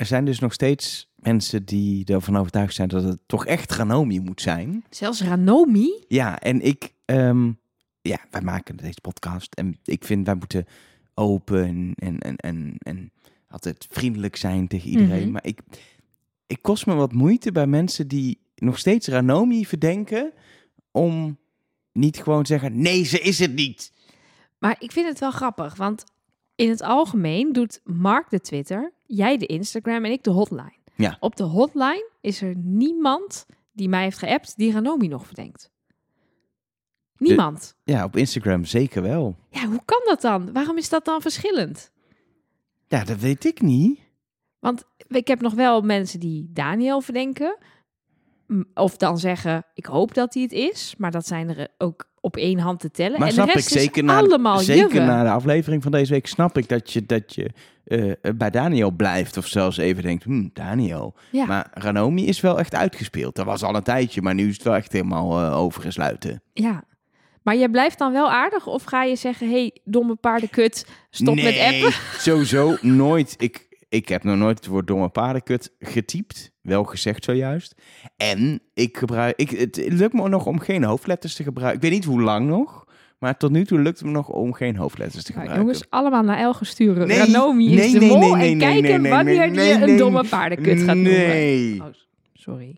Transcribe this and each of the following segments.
er zijn dus nog steeds mensen die ervan overtuigd zijn dat het toch echt Ranomi moet zijn. Zelfs Ranomi? Ja, en wij maken deze podcast en ik vind wij moeten open en altijd vriendelijk zijn tegen iedereen. Mm-hmm. Maar ik kost me wat moeite bij mensen die nog steeds Ranomi verdenken om niet gewoon te zeggen, nee, ze is het niet. Maar ik vind het wel grappig, want in het algemeen doet Mark de Twitter, jij de Instagram en ik de hotline. Ja. Op de hotline is er niemand die mij heeft geappt die Ranomi nog verdenkt. Niemand. Ja, op Instagram zeker wel. Ja, hoe kan dat dan? Waarom is dat dan verschillend? Ja, dat weet ik niet. Want ik heb nog wel mensen die Daniel verdenken. Of dan zeggen, ik hoop dat hij het is. Maar dat zijn er ook op één hand te tellen. Maar en snap de rest ik, zeker is allemaal juwe. na de aflevering van deze week, snap ik dat je bij Daniel blijft. Of zelfs even denkt, Daniel. Ja. Maar Ranomi is wel echt uitgespeeld. Dat was al een tijdje, maar nu is het wel echt helemaal overgesluiten. Ja. Maar jij blijft dan wel aardig? Of ga je zeggen, hey, domme paardenkut, stop met appen? Sowieso nooit. Ik heb nog nooit het woord domme paardenkut getypt. Wel gezegd zojuist. En het lukt me nog om geen hoofdletters te gebruiken. Ik weet niet hoe lang nog. Maar tot nu toe lukt het me nog om geen hoofdletters te gebruiken. Jongens, allemaal naar Elge sturen. Nee, Ranomi is de mol. En kijken wanneer die een domme paardenkut gaat noemen. Nee. Oh, sorry.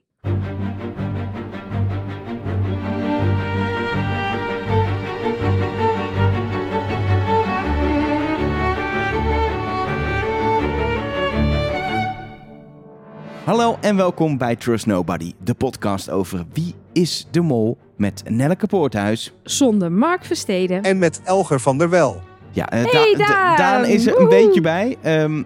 Hallo en welkom bij Trust Nobody, de podcast over Wie is de Mol met Nelleke Poorthuis. Zonder Mark Versteden. En met Elger van der Wel. Ja, Hey, Daan! Daan is er een Woehoe! beetje bij.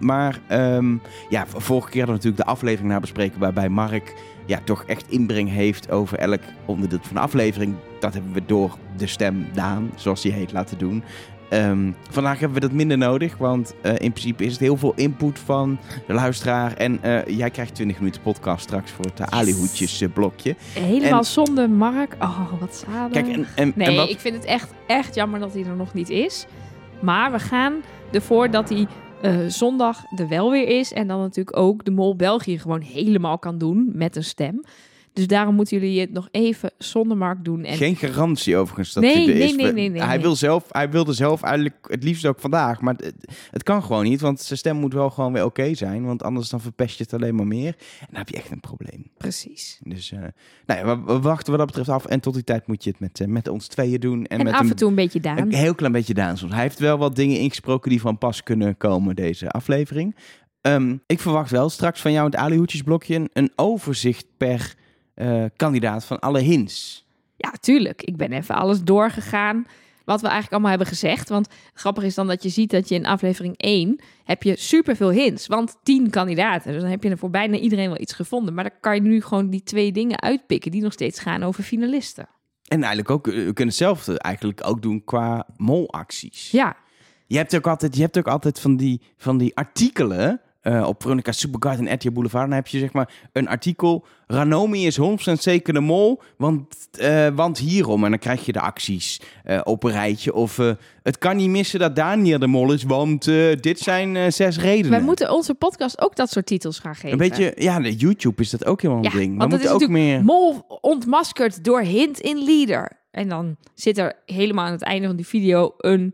Vorige keer hadden we natuurlijk de aflevering nabespreken waarbij Mark toch echt inbreng heeft over elk onderdeel van de aflevering. Dat hebben we door de stem Daan, zoals die heet, laten doen. Vandaag hebben we dat minder nodig, want in principe is het heel veel input van de luisteraar. En jij krijgt 20 minuten podcast straks voor het Alihoedjes blokje. Helemaal zonder Mark. Oh, wat zalig. Kijk, Ik vind het echt jammer dat hij er nog niet is. Maar we gaan ervoor dat hij zondag er wel weer is. En dan natuurlijk ook de Mol België gewoon helemaal kan doen met een stem. Dus daarom moeten jullie het nog even zonder Mark doen. En... Geen garantie overigens dat Nee, hij er nee, is. nee. Hij wilde zelf eigenlijk het liefst ook vandaag. Maar het kan gewoon niet, want zijn stem moet wel gewoon weer oké zijn. Want anders dan verpest je het alleen maar meer. En dan heb je echt een probleem. Precies. Dus we wachten wat dat betreft af. En tot die tijd moet je het met ons tweeën doen. En met af en toe een beetje Daan. Een heel klein beetje Daan soms. Hij heeft wel wat dingen ingesproken die van pas kunnen komen deze aflevering. Ik verwacht wel straks van jou in het Alihoedjesblokje een overzicht per... kandidaat van alle hints. Ja, tuurlijk. Ik ben even alles doorgegaan wat we eigenlijk allemaal hebben gezegd. Want grappig is dan dat je ziet dat je in aflevering 1 heb je superveel hints. Want 10 kandidaten. Dus dan heb je er voor bijna iedereen wel iets gevonden. Maar dan kan je nu gewoon die 2 dingen uitpikken die nog steeds gaan over finalisten. En eigenlijk ook, we kunnen hetzelfde eigenlijk ook doen qua molacties. Ja. Je hebt ook altijd van die artikelen... op Veronica Superguide en RTL Boulevard. Dan heb je zeg maar een artikel. Ranomi is 100% zeker de mol. Want hierom. En dan krijg je de acties op een rijtje. Of het kan niet missen dat Daniel de mol is. Want dit zijn 6 redenen. Wij moeten onze podcast ook dat soort titels gaan geven. Een beetje, de YouTube is dat ook helemaal een ding. Want we dat is moeten ook natuurlijk meer... mol ontmaskerd door hint in leader. En dan zit er helemaal aan het einde van die video een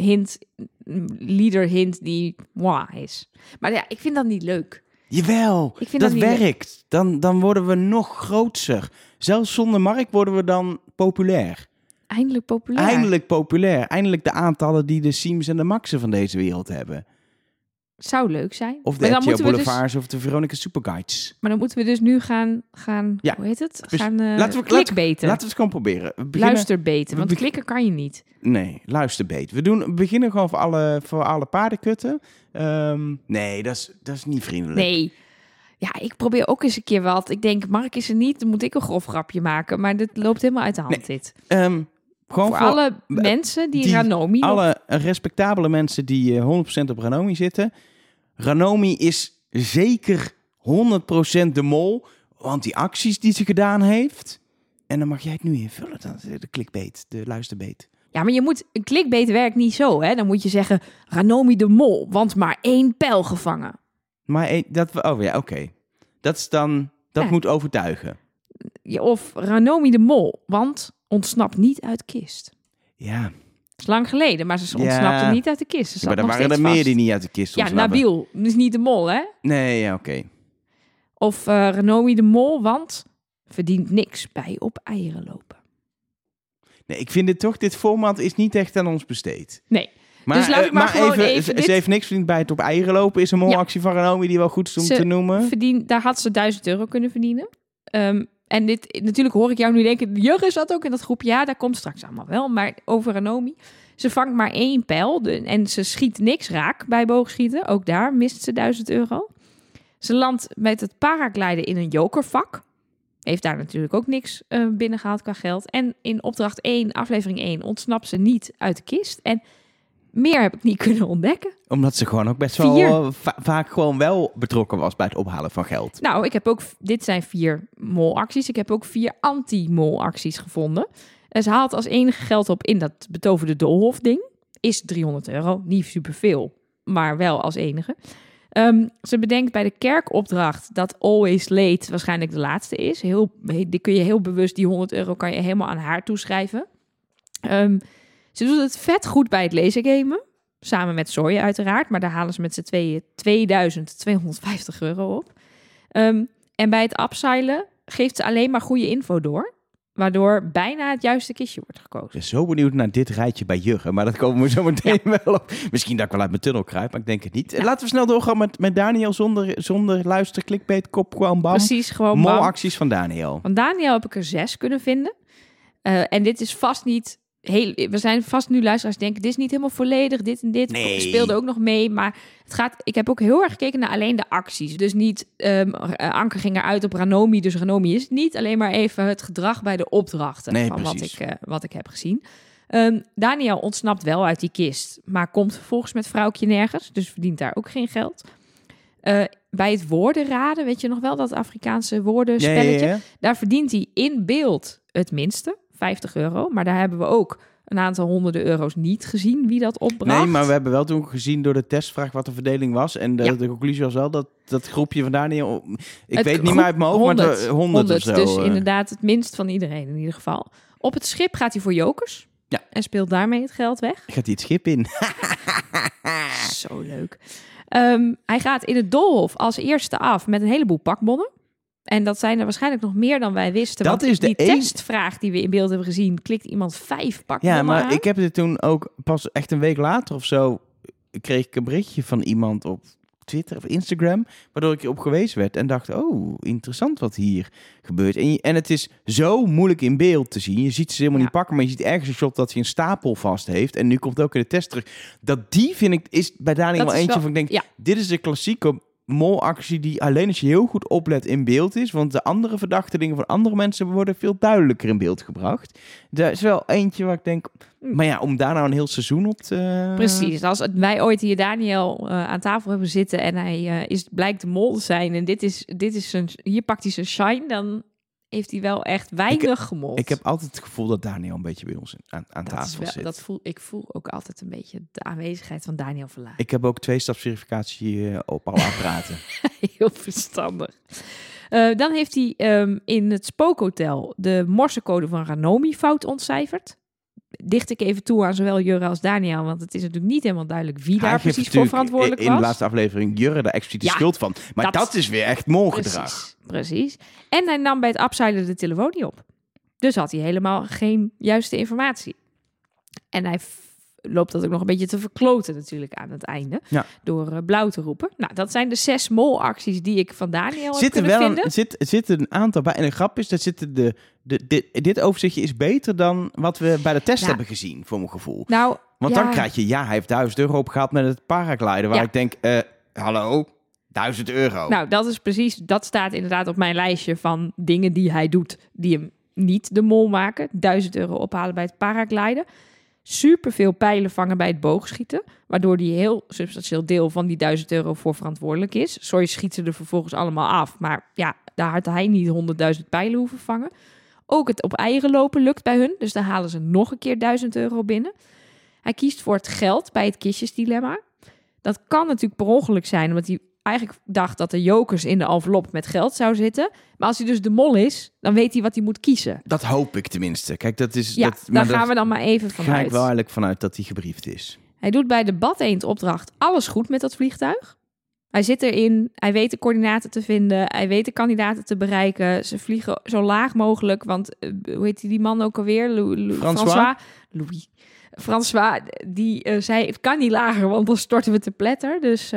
leader hint die moi is. Maar ja, ik vind dat niet leuk. Jawel, Ik vind dat niet werkt. Dan worden we nog groter. Zelfs zonder Mark worden we dan populair. Eindelijk populair. Eindelijk populair. Eindelijk de aantallen die de Siems en de Maxen van deze wereld hebben. Zou leuk zijn. Of de Maar dan RTL moeten we Boulevards of de Veronica Superguides. Maar dan moeten we dus nu gaan Ja. hoe heet het? Dus Gaan laten we klikbeten. het gewoon proberen. Luisterbeten, want klikken kan je niet. Nee, luisterbeet. We beginnen gewoon voor alle paardenkutten. Nee, dat is niet vriendelijk. Nee. Ja, ik probeer ook eens een keer wat. Ik denk, Mark is er niet, dan moet ik een grof grapje maken. Maar dit loopt helemaal uit de hand, dit. Gewoon voor alle mensen die Ranomi... Alle respectabele mensen die 100% op Ranomi zitten. Ranomi is zeker 100% de mol. Want die acties die ze gedaan heeft... En dan mag jij het nu invullen. De clickbait, de luisterbeet. Ja, maar een clickbait werkt niet zo, hè? Dan moet je zeggen, Ranomi de mol, want maar 1 pijl gevangen. Maar oké. Dat is dan... Dat moet overtuigen. Of Ranomi de Mol, want ontsnapt niet uit kist. Ja. Dat is lang geleden, maar ze ontsnapte niet uit de kist. Ze zat maar er nog waren er steeds meer vast. die niet uit de kist ontsnappen. Ja, Nabil, dus niet de mol, hè? Nee, ja, oké. Of Ranomi de Mol, want verdient niks bij op eieren lopen. Nee, ik vind dit format is niet echt aan ons besteed. Nee. Maar, dus laat ik maar gewoon even ze heeft niks verdiend bij het op eieren lopen. Is een molactie van Ranomi die wel goed is om te noemen. Daar had ze €1000 kunnen verdienen. En dit, natuurlijk hoor ik jou nu denken, Jurre zat ook in dat groepje. Ja, daar komt straks allemaal wel. Maar over Ranomi. Ze vangt maar 1 pijl en ze schiet niks raak bij boogschieten. Ook daar mist ze €1000. Ze landt met het paragliden in een jokervak. Heeft daar natuurlijk ook niks binnengehaald qua geld. En in opdracht 1, aflevering 1, ontsnapt ze niet uit de kist. En meer heb ik niet kunnen ontdekken. Omdat ze gewoon ook best wel vaak gewoon wel betrokken was bij het ophalen van geld. Nou, ik heb ook, dit zijn 4 molacties. Ik heb ook 4 anti-molacties gevonden. Ze haalt als enige geld op in dat betoverde doolhof-ding. Is €300. Niet superveel, maar wel als enige. Ze bedenkt bij de kerkopdracht dat Always Late waarschijnlijk de laatste is. Die kun je heel bewust, die €100 kan je helemaal aan haar toeschrijven. Ze doet het vet goed bij het lasergamen. Samen met Zoe uiteraard. Maar daar halen ze met z'n tweeën €2250 op. En bij het upseilen geeft ze alleen maar goede info door. Waardoor bijna het juiste kistje wordt gekozen. Ik ben zo benieuwd naar dit rijtje bij Jurgen. Maar dat komen we zo meteen wel op. Misschien dat ik wel uit mijn tunnel kruip, maar ik denk het niet. Ja. Laten we snel doorgaan met Daniel zonder luister, clickbait, kop, gewoon bam. Precies, gewoon bam. Molacties van Daniel. Van Daniel heb ik er 6 kunnen vinden. En dit is vast niet... we zijn vast nu luisteraars die denken, dit is niet helemaal volledig, dit en dit speelde ook nog mee. Maar ik heb ook heel erg gekeken naar alleen de acties. Dus niet, Anke ging eruit op Ranomi, dus Ranomi is het niet. Alleen maar even het gedrag bij de opdrachten van wat ik heb gezien. Daniel ontsnapt wel uit die kist, maar komt vervolgens met vrouwtje nergens. Dus verdient daar ook geen geld. Bij het woordenraden, weet je nog wel, dat Afrikaanse woordenspelletje. Ja. Daar verdient hij in beeld het minste. €50. Maar daar hebben we ook een aantal honderden euro's niet gezien wie dat opbracht. Nee, maar we hebben wel toen gezien door de testvraag wat de verdeling was. En de conclusie was wel dat groepje van Daniel... Ik weet niet meer uit mijn hoofd, maar 100 of zo. Dus inderdaad het minst van iedereen in ieder geval. Op het schip gaat hij voor jokers. Ja. En speelt daarmee het geld weg. Gaat hij het schip in? Zo leuk. Hij gaat in het doolhof als eerste af met een heleboel pakbonnen. En dat zijn er waarschijnlijk nog meer dan wij wisten. Dat want is de testvraag die we in beeld hebben gezien, klikt iemand 5 pakbonnen Ja, maar aan. ik heb dit toen ook pas echt een week later of zo... kreeg ik een berichtje van iemand op Twitter of Instagram... waardoor ik erop gewezen werd en dacht... oh, interessant wat hier gebeurt. En het is zo moeilijk in beeld te zien. Je ziet ze helemaal niet pakken, maar je ziet ergens een shot dat hij een stapel vast heeft. En nu komt ook in de test terug. Dat die, vind ik, is bij Daniel wel eentje van... ik denk, dit is de klassieke molactie die alleen als je heel goed oplet in beeld is. Want de andere verdachte dingen van andere mensen worden veel duidelijker in beeld gebracht. Er is wel eentje waar ik denk... Maar ja, om daar nou een heel seizoen op te... Precies. Als wij ooit hier Daniel aan tafel hebben zitten en hij blijkt de mol te zijn en hier pakt hij zijn shine, dan heeft hij wel echt weinig gemold. Ik heb altijd het gevoel dat Daniel een beetje bij ons aan tafel zit. Ik voel ook altijd een beetje de aanwezigheid van Daniel Verlaag. Ik heb ook 2-stapsverificatie op alle apparaten. Heel verstandig. Dan heeft hij in het spookhotel de morsecode van Ranomi fout ontcijferd. Dicht ik even toe aan zowel Jurre als Daniel, want het is natuurlijk niet helemaal duidelijk wie daar precies voor verantwoordelijk was. In de laatste aflevering Jurre daar expliciet de schuld van. Maar dat is weer echt molgedrag. Precies. En hij nam bij het upseilen de telefoon niet op. Dus had hij helemaal geen juiste informatie. En hij loopt dat ook nog een beetje te verkloten natuurlijk aan het einde. Ja. Door blauw te roepen. Nou, dat zijn de 6 molacties die ik van Daniel heb kunnen vinden. Zit een aantal bij. En de grap is, dat dit overzichtje is beter dan wat we bij de test hebben gezien, voor mijn gevoel. Nou, want dan krijg je, hij heeft €1000 opgehaald met het paragliden, waar ik denk, hallo, €1000. Nou, dat is precies, dat staat inderdaad op mijn lijstje van dingen die hij doet, die hem niet de mol maken. €1000 ophalen bij het paragliden. Superveel pijlen vangen bij het boogschieten, waardoor die heel substantieel deel van die €1000 voor verantwoordelijk is. Sorry, schieten ze er vervolgens allemaal af, maar ja, daar had hij niet 100.000 pijlen hoeven vangen. Ook het op eieren lopen lukt bij hun, dus dan halen ze nog een keer €1000 binnen. Hij kiest voor het geld bij het kistjesdilemma. Dat kan natuurlijk per ongeluk zijn, omdat hij eigenlijk dacht dat er jokers in de envelop met geld zou zitten. Maar als hij dus de mol is, dan weet hij wat hij moet kiezen. Dat hoop ik tenminste. Kijk, dat is... Ja, daar gaan dat we dan maar even ga ik vanuit. wel eigenlijk vanuit dat hij gebriefd is. Hij doet bij de bad-eend-opdracht alles goed met dat vliegtuig. Hij zit erin, hij weet de coördinaten te vinden, hij weet de kandidaten te bereiken. Ze vliegen zo laag mogelijk, want hoe heet die man ook alweer? François, die zei, het kan niet lager, want dan storten we te pletter. Dus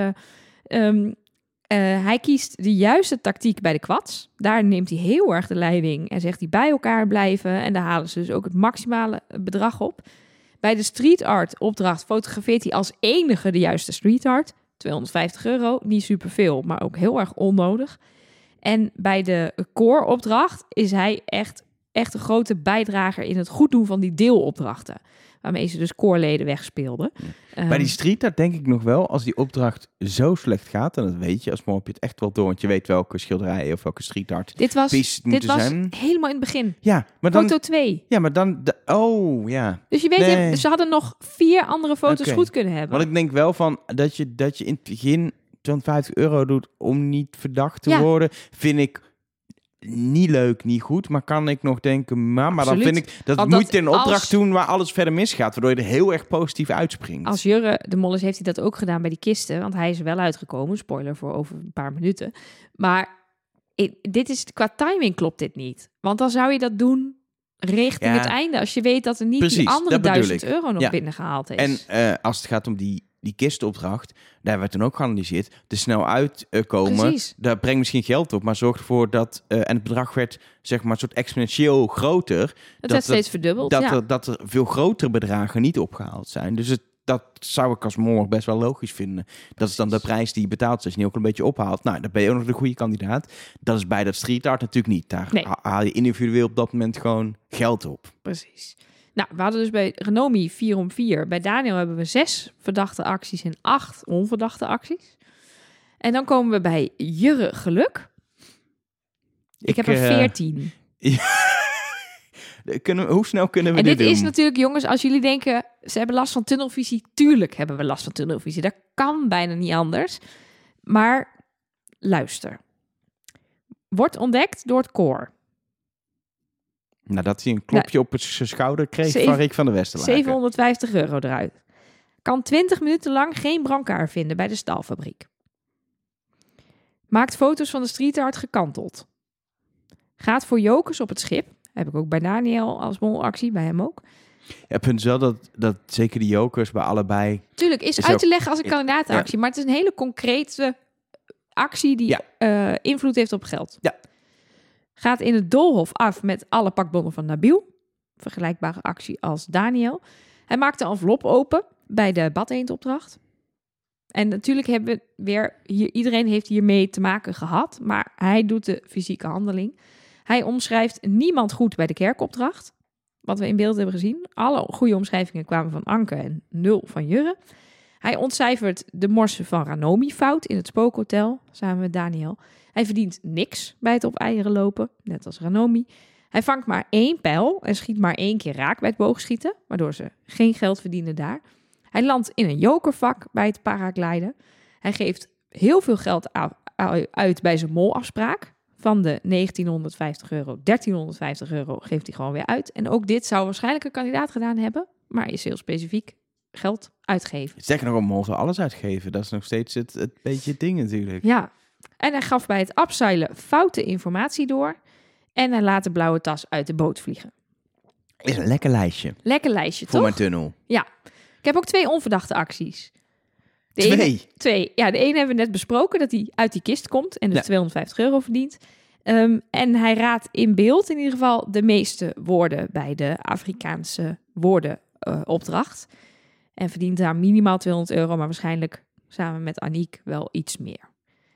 hij kiest de juiste tactiek bij de quads. Daar neemt hij heel erg de leiding en zegt hij bij elkaar blijven. En daar halen ze dus ook het maximale bedrag op. Bij de street art opdracht fotografeert hij als enige de juiste street art. €250, niet superveel, maar ook heel erg onnodig. En bij de core opdracht is hij echt een grote bijdrager in het goed doen van die deelopdrachten. Waarmee ze dus coreleden wegspeelden. Bij die street art denk ik nog wel, als die opdracht zo slecht gaat, en dat weet je, als heb je het echt wel door, want je weet welke schilderijen of welke street art Dit was zijn. helemaal in het begin. Ja, maar dan... Foto 2. Ja, maar dan... ja. Dus je weet, ze hadden nog 4 andere foto's goed kunnen hebben. Want ik denk wel van, dat je in het begin €250 doet om niet verdacht te worden, vind ik niet leuk, niet goed. Maar kan ik nog denken, maar dan vind ik, dat moet je een opdracht doen waar alles verder misgaat, waardoor je er heel erg positief uitspringt. Als Jurre de Mol is, heeft hij dat ook gedaan bij die kisten, want hij is er wel uitgekomen. Spoiler voor over een paar minuten. Maar dit is, qua timing klopt dit niet. Want dan zou je dat doen richting het einde, als je weet dat er niet die andere €1000 nog binnengehaald is. En als het gaat om die kistopdracht, daar hebben we toen ook geanalyseerd, te snel uitkomen, daar brengt misschien geld op, maar zorgt ervoor dat, en het bedrag werd zeg maar een soort exponentieel groter. Het werd steeds verdubbeld, dat er veel grotere bedragen niet opgehaald zijn. Dus dat zou ik als mol nog best wel logisch vinden. Dat is dan de prijs die je betaalt, als je die ook een beetje ophaalt. Nou, dan ben je ook nog de goede kandidaat. Dat is bij dat street art natuurlijk niet. Daar haal je individueel op dat moment gewoon geld op. Precies. Nou, we hadden dus bij Renomi 4 om 4. Bij Daniel hebben we 6 verdachte acties en 8 onverdachte acties. En dan komen we bij Jurre Geluk. Ik heb er 14. Hoe snel kunnen we dit doen? En dit is natuurlijk, jongens, als jullie denken, ze hebben last van tunnelvisie. Tuurlijk hebben we last van tunnelvisie. Dat kan bijna niet anders. Maar luister. Wordt ontdekt door het koor. Nadat hij een klopje op zijn schouder kreeg van Rick van der Westerlaken. €750 eruit. Kan 20 minuten lang geen brancard vinden bij de staalfabriek. Maakt foto's van de street art gekanteld. Gaat voor jokers op het schip. Heb ik ook bij Daniel als molactie, bij hem ook. Ja, punt is wel dat zeker de jokers bij allebei... Tuurlijk, is uit te leggen als een kandidatenactie. Maar het is een hele concrete actie die invloed heeft op geld. Ja. Gaat in het doolhof af met alle pakbonnen van Nabil. Vergelijkbare actie als Daniel. Hij maakt de envelop open bij de bad-eendopdracht. En natuurlijk hebben we weer hier, iedereen heeft hiermee te maken gehad, maar hij doet de fysieke handeling. Hij omschrijft niemand goed bij de kerkopdracht. Wat we in beeld hebben gezien. Alle goede omschrijvingen kwamen van Anke en 0 van Jurre. Hij ontcijfert de morsen van Ranomi fout in het spookhotel, samen met Daniel. Hij verdient niks bij het op eieren lopen, net als Ranomi. Hij vangt maar 1 pijl en schiet maar 1 keer raak bij het boogschieten, waardoor ze geen geld verdienen daar. Hij landt in een jokervak bij het paragliden. Hij geeft heel veel geld uit bij zijn molafspraak. Van de €1950, €1350 geeft hij gewoon weer uit. En ook dit zou waarschijnlijk een kandidaat gedaan hebben, maar is heel specifiek geld uitgeven. Zeg nog, een mol zou alles uitgeven. Dat is nog steeds het beetje het ding natuurlijk. Ja, en hij gaf bij het abseilen foute informatie door. En hij laat de blauwe tas uit de boot vliegen. Is een lekker lijstje. Lekker lijstje, voor toch? Mijn tunnel. Ja. Ik heb ook 2 onverdachte acties. Twee? Ja, de ene hebben we net besproken, dat hij uit die kist komt en dus €250 verdient. En hij raadt in beeld in ieder geval de meeste woorden bij de Afrikaanse woordenopdracht. En verdient daar minimaal €200, maar waarschijnlijk samen met Aniek wel iets meer.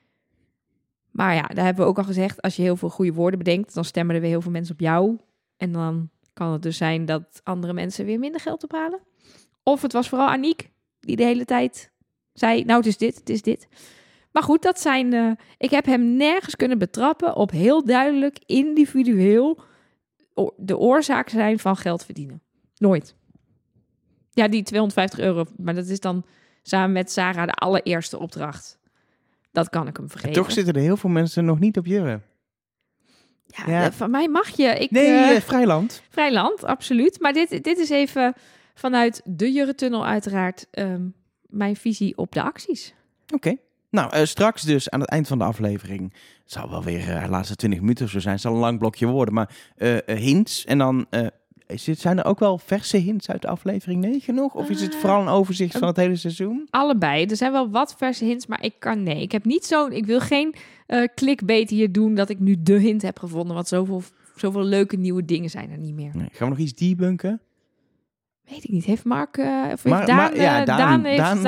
Maar ja, daar hebben we ook al gezegd, als je heel veel goede woorden bedenkt, dan stemmen er weer heel veel mensen op jou. En dan kan het dus zijn dat andere mensen weer minder geld ophalen. Of het was vooral Aniek die de hele tijd zei, nou het is dit. Maar goed, dat zijn... ik heb hem nergens kunnen betrappen op heel duidelijk individueel de oorzaak zijn van geld verdienen. Nooit. Ja, die €250, maar dat is dan samen met Sarah de allereerste opdracht. dat kan ik hem vergeven. Toch zitten er heel veel mensen nog niet op Jurre. Ja. Van mij mag je. Vrijland. Vrijland, absoluut. Maar dit is even vanuit de Jurretunnel uiteraard mijn visie op de acties. Oké. Nou, straks dus aan het eind van de aflevering. Het zal wel weer de laatste 20 minuten of zo zijn. Het zal een lang blokje worden. Maar hints. En dan zijn er ook wel verse hints uit de aflevering 9 nog? Of is het vooral een overzicht van het hele seizoen? Allebei. Er zijn wel wat verse hints, maar ik heb niet ik wil geen clickbait hier doen dat ik nu de hint heb gevonden. Want zoveel leuke nieuwe dingen zijn er niet meer. Nee. Gaan we nog iets debunken? Weet ik niet. Heeft Mark of heeft Daan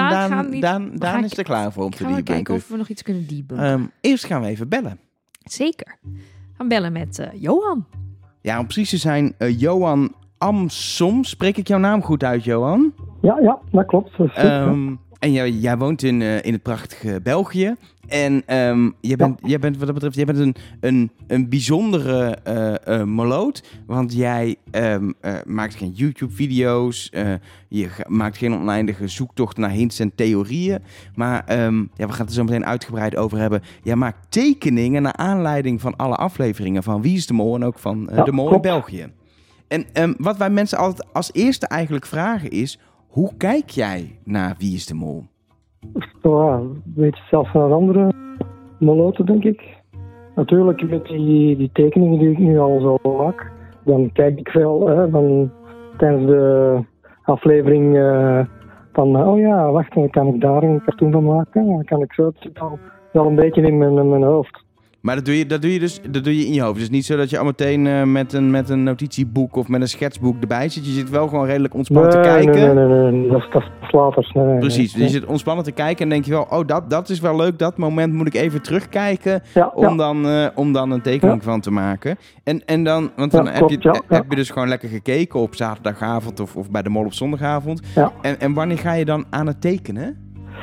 is er klaar voor om te debunken. Gaan we kijken of we nog iets kunnen debunken. Eerst gaan we even bellen. Zeker. We gaan bellen met Johan. Ja, om precies te zijn, Johan Amsom. Spreek ik jouw naam goed uit, Johan? Ja, dat klopt. Dat en jij woont in het prachtige België. En jij bent wat dat betreft een bijzondere moloot. Want jij maakt geen YouTube-video's. Je maakt geen oneindige zoektochten naar hints en theorieën. Maar we gaan het er zo meteen uitgebreid over hebben. Jij maakt tekeningen naar aanleiding van alle afleveringen van Wie is de Mol en ook van De Mol in België. En wat wij mensen altijd als eerste eigenlijk vragen is: hoe kijk jij naar Wie is de Mol? Weet je zelf van andere moloten, denk ik. Natuurlijk met die tekeningen die ik nu al zo maak, dan kijk ik veel tijdens de aflevering wacht, dan kan ik daar een cartoon van maken. Dan kan ik zo, het zit al wel een beetje in mijn hoofd. Maar dat doe je in je hoofd. Dus niet zo dat je al meteen met een notitieboek of met een schetsboek erbij zit. Je zit wel gewoon redelijk ontspannen te kijken. Nee. Dat is later. Nee, precies. Dus je zit ontspannen te kijken en denk je wel, dat is wel leuk. Dat moment moet ik even terugkijken om dan een tekening van te maken. En dan, want dan heb je dus gewoon lekker gekeken op zaterdagavond of bij de Mol op zondagavond. Ja. En wanneer ga je dan aan het tekenen?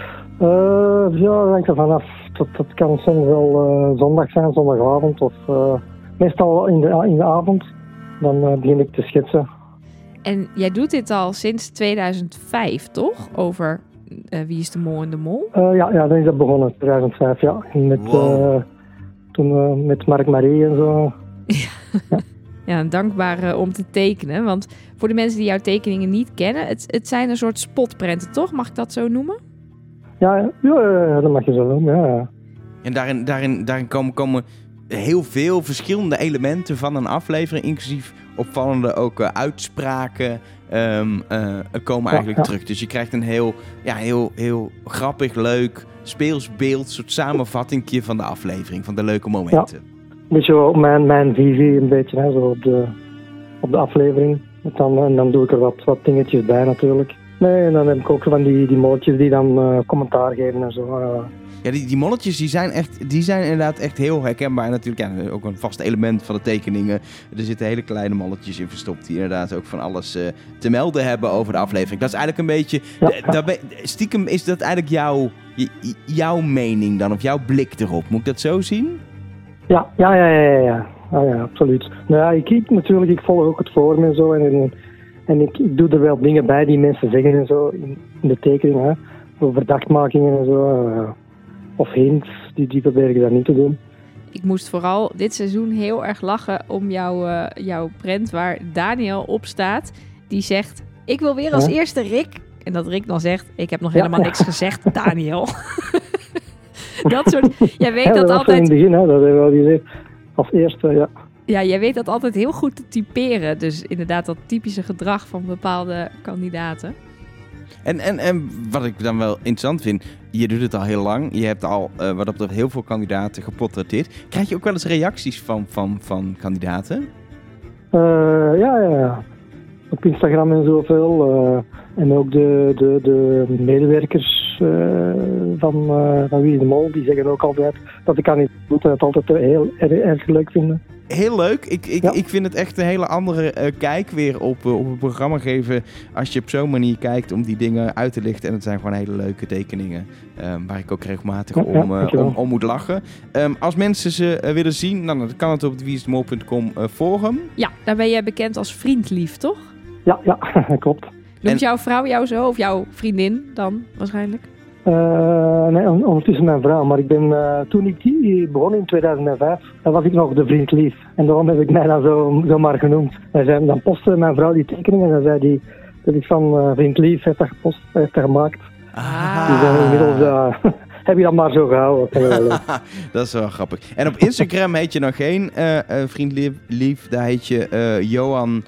Denk er vanaf. Dat kan soms wel zondag zijn, zondagavond of meestal in de avond. Dan begin ik te schetsen. En jij doet dit al sinds 2005, toch? Over Wie is de Mol en de Mol? Dan is dat begonnen, 2005, ja. Toen met Mark Marie en zo. Ja, dankbaar om te tekenen. Want voor de mensen die jouw tekeningen niet kennen, het zijn een soort spotprenten, toch? Mag ik dat zo noemen? Ja, dat mag je zo noemen, ja. En daarin komen heel veel verschillende elementen van een aflevering, inclusief opvallende ook uitspraken, komen eigenlijk terug. Dus je krijgt een heel grappig, leuk, speels beeld, soort samenvattingje van de aflevering, van de leuke momenten. Ja, een beetje op mijn visie, een beetje, hè, zo op de aflevering. En dan doe ik er wat dingetjes bij natuurlijk. Nee, en dan heb ik ook van die molletjes die dan commentaar geven en zo. Ja, die molletjes die zijn inderdaad echt heel herkenbaar. En natuurlijk ook een vast element van de tekeningen. Er zitten hele kleine molletjes in verstopt die inderdaad ook van alles te melden hebben over de aflevering. Dat is eigenlijk een beetje... Stiekem is dat eigenlijk jouw mening dan, of jouw blik erop. Moet ik dat zo zien? Ja, absoluut. Nou ja, ik volg ook het forum en zo. En ik doe er wel dingen bij die mensen zeggen en zo in de tekening, hè. Over verdachtmakingen en zo. Of hints, die probeer ik daar niet te doen. Ik moest vooral dit seizoen heel erg lachen om jouw prent waar Daniel op staat. Die zegt, ik wil weer als eerste Rick. En dat Rick dan zegt, ik heb nog helemaal niks gezegd, Daniel. Dat soort... Jij weet dat altijd... in het begin, hè, dat heb ik wel gezegd. Als eerste, ja. Ja, jij weet dat altijd heel goed te typeren. Dus inderdaad dat typische gedrag van bepaalde kandidaten. En wat ik dan wel interessant vind, je doet het al heel lang. Je hebt al wat dat betreft heel veel kandidaten geportretteerd. Krijg je ook wel eens reacties van kandidaten? Ja. Op Instagram en zoveel. En ook de medewerkers van Wie is de Mol, die zeggen ook altijd dat de kandidaten het altijd heel erg leuk vinden. Heel leuk. Ik vind het echt een hele andere kijk weer op het programma geven. Als je op zo'n manier kijkt om die dingen uit te lichten. En het zijn gewoon hele leuke tekeningen. Waar ik ook regelmatig om moet lachen. Als mensen ze willen zien, dan kan het op het wieisdemol.com forum. Ja, daar ben jij bekend als vriendlief, toch? Ja, klopt. Noemt jouw vrouw jou zo? Of jouw vriendin dan waarschijnlijk? Nee, ondertussen mijn vrouw. Maar ik ben, toen ik die begon in 2005, dan was ik nog de vriend lief. En daarom heb ik mij dan zo maar genoemd. En dan postte mijn vrouw die tekeningen en dan zei die dat ik van vriend lief heeft dat gemaakt. Dus inmiddels heb je dat maar zo gehouden. Dat is wel grappig. En op Instagram heet je nog geen vriend lief. Daar heet je Johan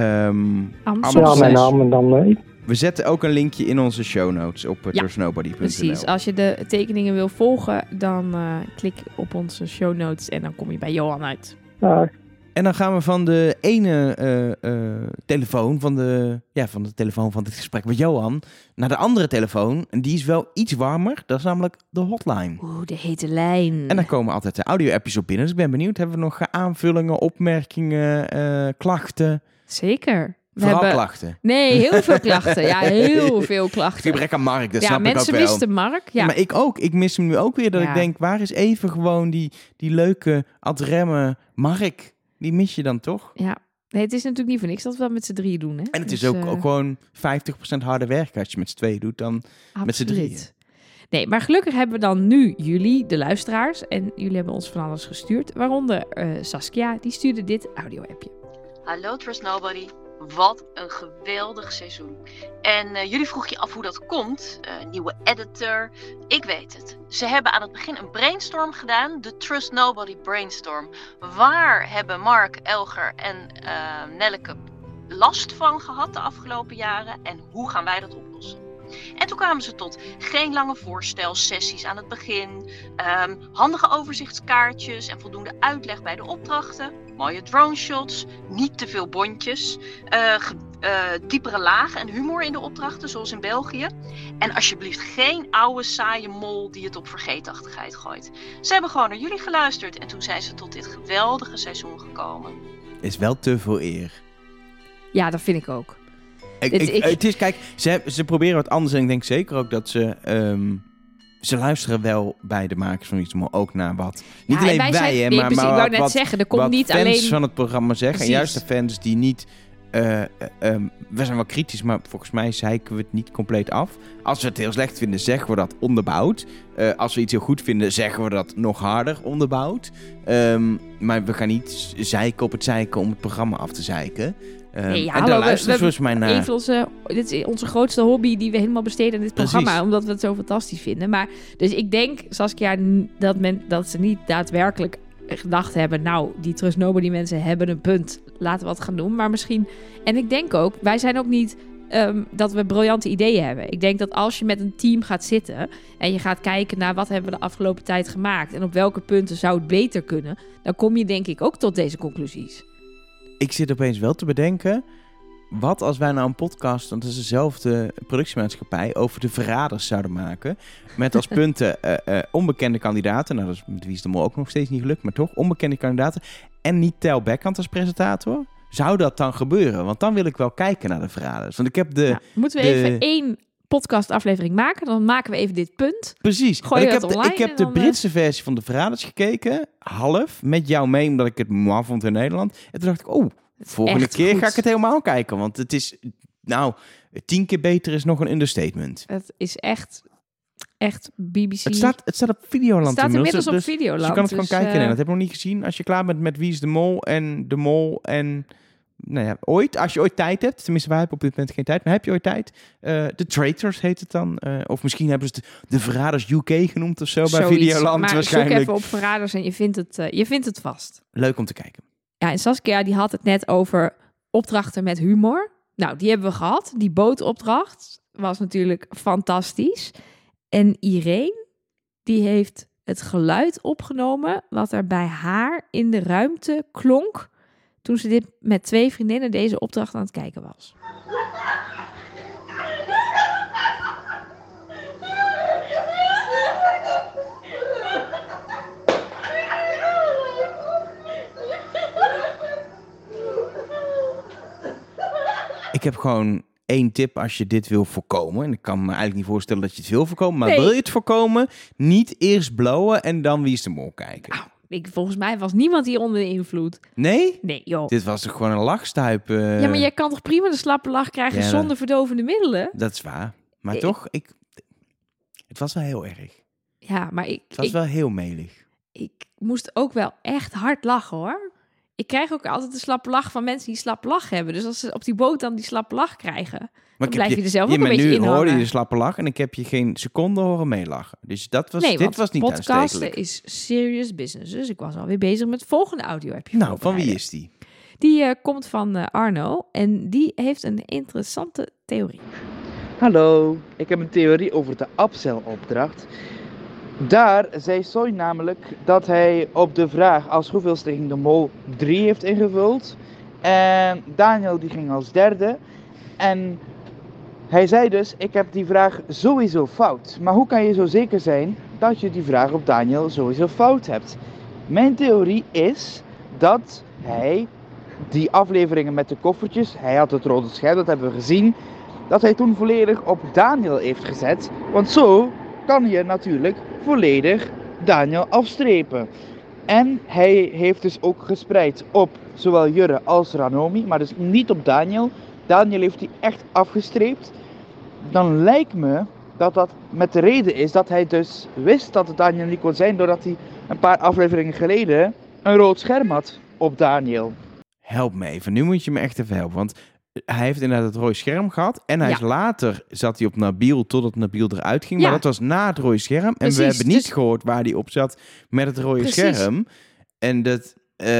Amsel. Ja, mijn naam en dan... We zetten ook een linkje in onze show notes op trustnobody.nl. Precies. Als je de tekeningen wil volgen, dan klik op onze show notes en dan kom je bij Johan uit. En dan gaan we van de ene telefoon, van de telefoon van dit gesprek met Johan, naar de andere telefoon. En die is wel iets warmer. Dat is namelijk de hotline. Oeh, de hete lijn. En daar komen altijd de audio-appjes op binnen. Dus ik ben benieuwd, hebben we nog aanvullingen, opmerkingen, klachten? Zeker. Vooral klachten? Nee, heel veel klachten. Ja, heel veel klachten. Gebrek aan Mark, dat snap ik ook wel. Mensen misten Mark. Ja, maar ik ook. Ik mis hem nu ook weer. Dat ik denk, waar is even gewoon die leuke adremme Mark? Die mis je dan toch? Ja. Nee, het is natuurlijk niet voor niks dat we dat met z'n drieën doen. Hè? En het is ook gewoon 50% harder werken als je met z'n tweeën doet dan met z'n drieën. Nee, maar gelukkig hebben we dan nu jullie, de luisteraars. En jullie hebben ons van alles gestuurd. Waaronder Saskia, die stuurde dit audio-appje. Hallo Trust Nobody. Wat een geweldig seizoen. En jullie vroegen je af hoe dat komt. Nieuwe editor. Ik weet het. Ze hebben aan het begin een brainstorm gedaan. De Trust Nobody Brainstorm. Waar hebben Mark, Elger en Nelleke last van gehad de afgelopen jaren? En hoe gaan wij dat oplossen? En toen kwamen ze tot geen lange voorstelsessies aan het begin. Handige overzichtskaartjes en voldoende uitleg bij de opdrachten. Mooie drone shots, niet te veel bondjes, diepere lagen en humor in de opdrachten, zoals in België. En alsjeblieft geen oude saaie mol die het op vergeetachtigheid gooit. Ze hebben gewoon naar jullie geluisterd en toen zijn ze tot dit geweldige seizoen gekomen. Is wel te veel eer. Ja, dat vind ik ook. Het is, kijk, ze proberen wat anders en ik denk zeker ook dat ze luisteren wel bij de makers van iets, maar ook naar wat. Niet alleen wij, maar ik wou net wat, zeggen, er komt wat niet fans alleen van het programma zeggen. Precies. En juist de fans die niet. We zijn wel kritisch, maar volgens mij zeiken we het niet compleet af. Als we het heel slecht vinden, zeggen we dat onderbouwd. Als we iets heel goed vinden, zeggen we dat nog harder onderbouwd. Maar we gaan niet zeiken op het zeiken om het programma af te zeiken. En daar luisteren ze volgens mij naar. Dit is onze grootste hobby die we helemaal besteden aan dit programma. Omdat we het zo fantastisch vinden. Maar, dus ik denk, Saskia, dat ze niet daadwerkelijk gedacht hebben, nou, die Trust Nobody mensen hebben een punt. Laten we wat gaan doen. Maar misschien, en ik denk ook, wij zijn ook niet dat we briljante ideeën hebben. Ik denk dat als je met een team gaat zitten en je gaat kijken naar wat hebben we de afgelopen tijd gemaakt en op welke punten zou het beter kunnen, dan kom je denk ik ook tot deze conclusies. Ik zit opeens wel te bedenken, wat als wij nou een podcast, want het is dezelfde productiemaatschappij, over de verraders zouden maken. Met als punten onbekende kandidaten. Nou, dat is met Wie is de Mol ook nog steeds niet gelukt, maar toch onbekende kandidaten. En niet Tel Beckhand als presentator. Zou dat dan gebeuren? Want dan wil ik wel kijken naar de verraders. Want ik heb moeten we even 1 podcastaflevering maken? Dan maken we even dit punt. Precies. Ik heb de dan, Britse versie van de verraders gekeken. Half. Met jou mee, omdat ik het mooi vond in Nederland. En toen dacht ik, volgende keer ga ik het helemaal kijken. Want het is, 10 keer beter is nog een understatement. Het is echt BBC. Het staat op Videoland. Het staat inmiddels op Videoland. Dus je kan het gewoon kijken. En dat heb ik nog niet gezien. Als je klaar bent met Wie is de Mol en de Mol en... Nou ja, ooit. Als je ooit tijd hebt. Tenminste, wij hebben op dit moment geen tijd. Maar heb je ooit tijd? The Traitors heet het dan. Of misschien hebben ze het de Verraders UK genoemd of zo. Bij Videoland maar waarschijnlijk. Zoek even op Verraders en je vindt het vast. Leuk om te kijken. Ja, en Saskia die had het net over opdrachten met humor. Nou, die hebben we gehad. Die bootopdracht was natuurlijk fantastisch. En Irene, die heeft het geluid opgenomen wat er bij haar in de ruimte klonk toen ze dit met 2 vriendinnen deze opdracht aan het kijken was. Ik heb gewoon 1 tip als je dit wil voorkomen. En ik kan me eigenlijk niet voorstellen dat je het wil voorkomen. Maar wil je het voorkomen? Niet eerst blowen en dan Wie is de Mol kijken. Volgens mij was niemand hier onder de invloed. Nee? Nee, joh. Dit was toch gewoon een lachstuip? Ja, maar jij kan toch prima de slappe lach krijgen zonder verdovende middelen? Dat is waar. Maar toch, Het was wel heel erg. Ja, maar Het was wel heel melig. ik moest ook wel echt hard lachen, hoor. Ik krijg ook altijd een slappe lach van mensen die slappe lach hebben. Dus als ze op die boot dan die slappe lach krijgen, Maar dan blijf je er zelf ook een bent beetje in nu hoorde je hangen. de slappe lach en ik heb je geen seconde horen meelachen. Dus dit was niet podcasten aanstekelijk. is serious business. Dus ik was alweer bezig met het volgende audio-appje. Nou, van wie voorbereiden. is die? Die komt van Arno en die heeft een interessante theorie. Hallo, ik heb een theorie over de upsell-opdracht. Daar zei Soy namelijk dat hij op de vraag als hoeveelste ging de mol 3 heeft ingevuld. En Daniel die ging als derde. En hij zei dus, ik heb die vraag sowieso fout. Maar hoe kan je zo zeker zijn dat je die vraag op Daniel sowieso fout hebt? Mijn theorie is dat hij die afleveringen met de koffertjes, hij had het rode scherm, dat hebben we gezien, dat hij toen volledig op Daniel heeft gezet. Want zo kan je natuurlijk volledig Daniel afstrepen. En hij heeft dus ook gespreid op zowel Jurre als Ranomi, maar dus niet op Daniel. Daniel heeft hij echt afgestreept. Dan lijkt me dat dat met de reden is dat hij dus wist dat het Daniel niet kon zijn, doordat hij een paar afleveringen geleden een rood scherm had op Daniel. Help me even. Nu moet je me echt even helpen. Want hij heeft inderdaad het rode scherm gehad. En hij is later zat hij op Nabil totdat Nabil eruit ging. Ja. Maar dat was na het rode scherm. Precies, En we hebben niet dus- gehoord waar hij op zat met het rode Precies. scherm. En dat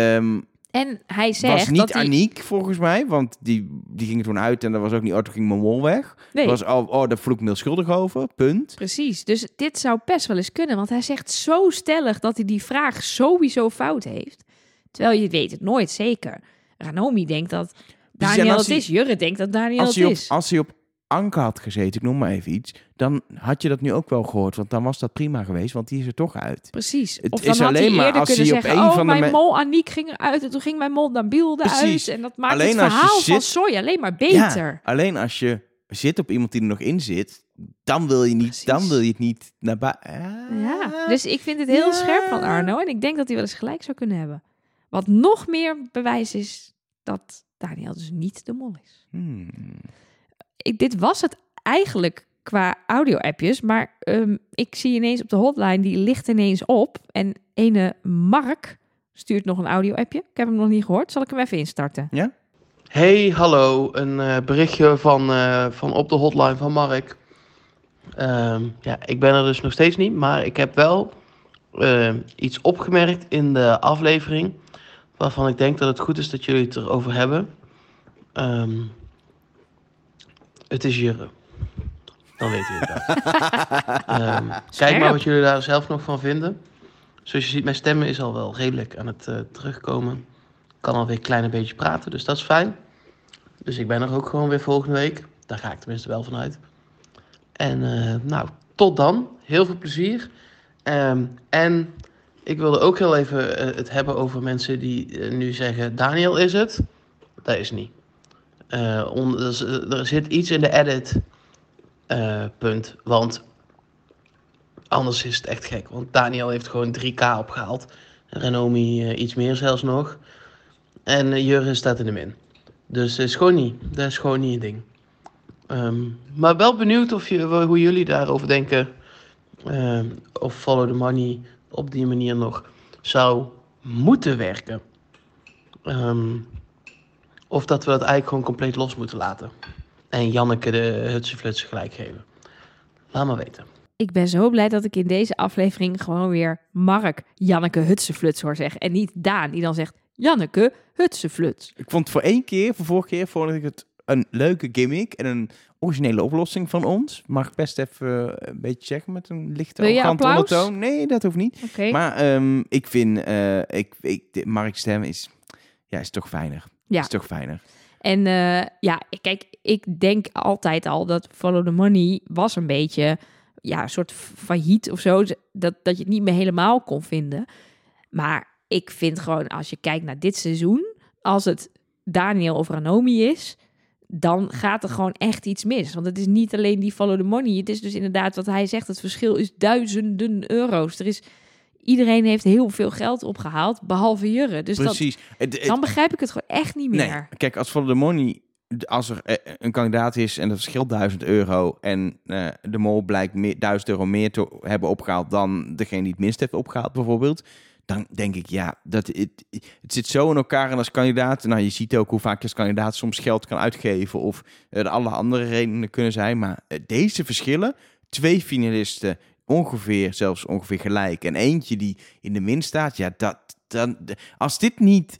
En hij zegt was niet dat hij... Aniek volgens mij. Want die ging er toen uit en dat was ook niet... Oh, toen ging mijn mol weg. Nee. Het was, daar voel ik me heel schuldig over. Punt. Precies, dus dit zou best wel eens kunnen. Want hij zegt zo stellig dat hij die vraag sowieso fout heeft. Terwijl je weet het nooit zeker. Ranomi denkt dat Daniel als het hij- is. Jurre denkt dat Daniel Als het hij, is. als hij op Anke had gezeten, ik noem maar even iets... dan had je dat nu ook wel gehoord. Want dan was dat prima geweest, want die is er toch uit. Precies. Het Of dan is had alleen hij maar eerder als kunnen hij op zeggen... een oh, van de mijn me- mol Aniek ging eruit en toen ging mijn mol Nabil eruit. Precies. En dat maakt Alleen het als je verhaal van zit- Soy alleen maar beter. Ja, alleen als je zit op iemand die er nog in zit... dan wil je, Precies. het niet naar buiten. Ja, dus ik vind het heel Ja. scherp van Arno. En ik denk dat hij wel eens gelijk zou kunnen hebben. Wat nog meer bewijs is dat Daniel dus niet de mol is. Dit was het eigenlijk qua audio-appjes. Maar ik zie ineens op de hotline, die ligt ineens op. En ene Mark stuurt nog een audio-appje. Ik heb hem nog niet gehoord. Zal ik hem even instarten? Ja? Hey, hallo. Een berichtje van op de hotline van Mark. Ja, ik ben er dus nog steeds niet, maar ik heb wel iets opgemerkt in de aflevering waarvan ik denk dat het goed is dat jullie het erover hebben. Het is Jurre. Dan weten jullie dat. Kijk maar wat jullie daar zelf nog van vinden. Zoals je ziet, mijn stem is al wel redelijk aan het terugkomen. Ik kan alweer een klein beetje praten, dus dat is fijn. Dus ik ben er ook gewoon weer volgende week. Daar ga ik tenminste wel van uit. En nou, tot dan. Heel veel plezier. En ik wilde ook heel even het hebben over mensen die nu zeggen... Daniel is het. Dat is niet. Er zit iets in de edit punt. Want anders is het echt gek. Want Daniel heeft gewoon 3K opgehaald. Ranomi iets meer zelfs nog. En Jurre staat in de min. Dus dat is gewoon niet een ding. Maar wel benieuwd hoe jullie daarover denken. Of Follow the Money op die manier nog zou moeten werken. Of dat we dat eigenlijk gewoon compleet los moeten laten. En Janneke de hutse-flutse gelijk geven. Laat maar weten. Ik ben zo blij dat ik in deze aflevering gewoon weer Mark Janneke Hutsefluts hoor zeggen. En niet Daan die dan zegt Janneke Hutsefluts. Ik vond het vorige keer vond ik het een leuke gimmick en een originele oplossing van ons. Mag ik best even een beetje zeggen met een lichte Wil je arrogante applaus? ondertoon? Nee, dat hoeft niet. Oké. Maar ik vind, Mark's stem is toch fijner. Ja. Is toch fijner. En kijk, ik denk altijd al dat Follow the Money was een beetje een soort failliet of zo. Dat je het niet meer helemaal kon vinden. Maar ik vind gewoon, als je kijkt naar dit seizoen, als het Daniel of Ranomi is, dan gaat er gewoon echt iets mis. Want het is niet alleen die Follow the Money. Het is dus inderdaad wat hij zegt, het verschil is duizenden euro's. Iedereen heeft heel veel geld opgehaald, behalve Jurre. Dus Precies. dan begrijp ik het gewoon echt niet meer. Nee, kijk, als Follow the Money als er een kandidaat is en dat verschilt €1000 en de mol blijkt €1000 meer te hebben opgehaald dan degene die het minst heeft opgehaald bijvoorbeeld, dan denk ik, het zit zo in elkaar en als kandidaat, nou, je ziet ook hoe vaak je als kandidaat soms geld kan uitgeven of er alle andere redenen kunnen zijn, maar deze verschillen, 2 finalisten zelfs ongeveer gelijk en eentje die in de min staat, als dit niet,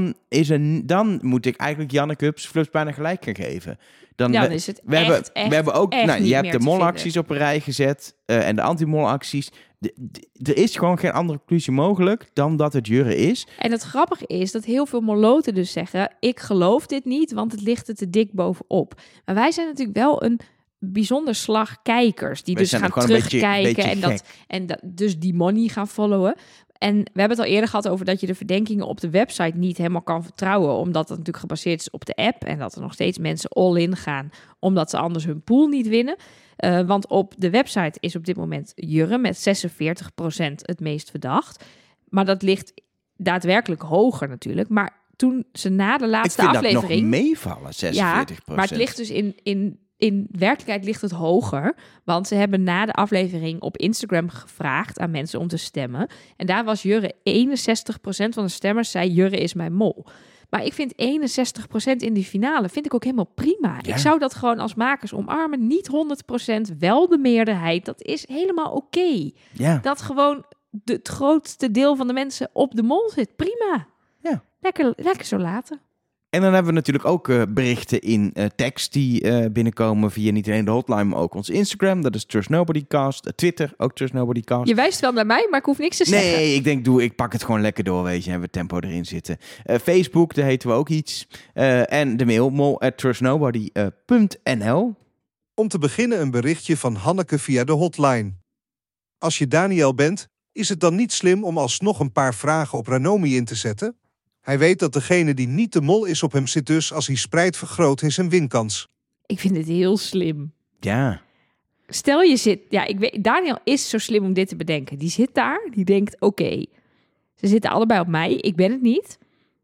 dan moet ik eigenlijk Janneke Hups bijna gelijk gaan geven. Dan is het we hebben ook, je hebt de molacties op een rij gezet en de anti-molacties. Er is gewoon geen andere conclusie mogelijk dan dat het Jurre is. En het grappige is dat heel veel moloten dus zeggen, ik geloof dit niet, want het ligt er te dik bovenop. Maar wij zijn natuurlijk wel een bijzonder slag kijkers die dus gaan terugkijken en dus die money gaan followen. En we hebben het al eerder gehad over dat je de verdenkingen op de website niet helemaal kan vertrouwen, omdat het natuurlijk gebaseerd is op de app en dat er nog steeds mensen all-in gaan, omdat ze anders hun pool niet winnen. Want op de website is op dit moment Jurre met 46% het meest verdacht. Maar dat ligt daadwerkelijk hoger natuurlijk. Maar toen ze na de laatste aflevering... Ik vind dat nog meevallen, 46%. Ja, maar het ligt dus in werkelijkheid ligt het hoger. Want ze hebben na de aflevering op Instagram gevraagd aan mensen om te stemmen. En daar was Jurre 61% van de stemmers zei Jurre is mijn mol. Maar ik vind 61% in die finale vind ik ook helemaal prima. Ja. Ik zou dat gewoon als makers omarmen. Niet 100%, wel de meerderheid. Dat is helemaal oké. Ja. Dat gewoon het grootste deel van de mensen op de mol zit. Prima. Ja. Lekker zo laten. En dan hebben we natuurlijk ook berichten in tekst die binnenkomen via niet alleen de hotline, maar ook ons Instagram. Dat is Trust Nobody Cast. Twitter, ook Trust Nobody Cast. Je wijst wel naar mij, maar ik hoef niks te zeggen. Nee, ik denk, ik pak het gewoon lekker door, weet je. En we tempo erin zitten. Facebook, daar heten we ook iets. En de mail, mol@trustnobody.nl. Om te beginnen een berichtje van Hanneke via de hotline. Als je Daniel bent, is het dan niet slim om alsnog een paar vragen op Ranomi in te zetten? Hij weet dat degene die niet de mol is op hem zit, dus als hij spreidt vergroot hij zijn winkans. Ik vind het heel slim. Ja. Stel je zit... Ja, ik weet, Daniel is zo slim om dit te bedenken. Die zit daar, die denkt, oké, ze zitten allebei op mij, ik ben het niet.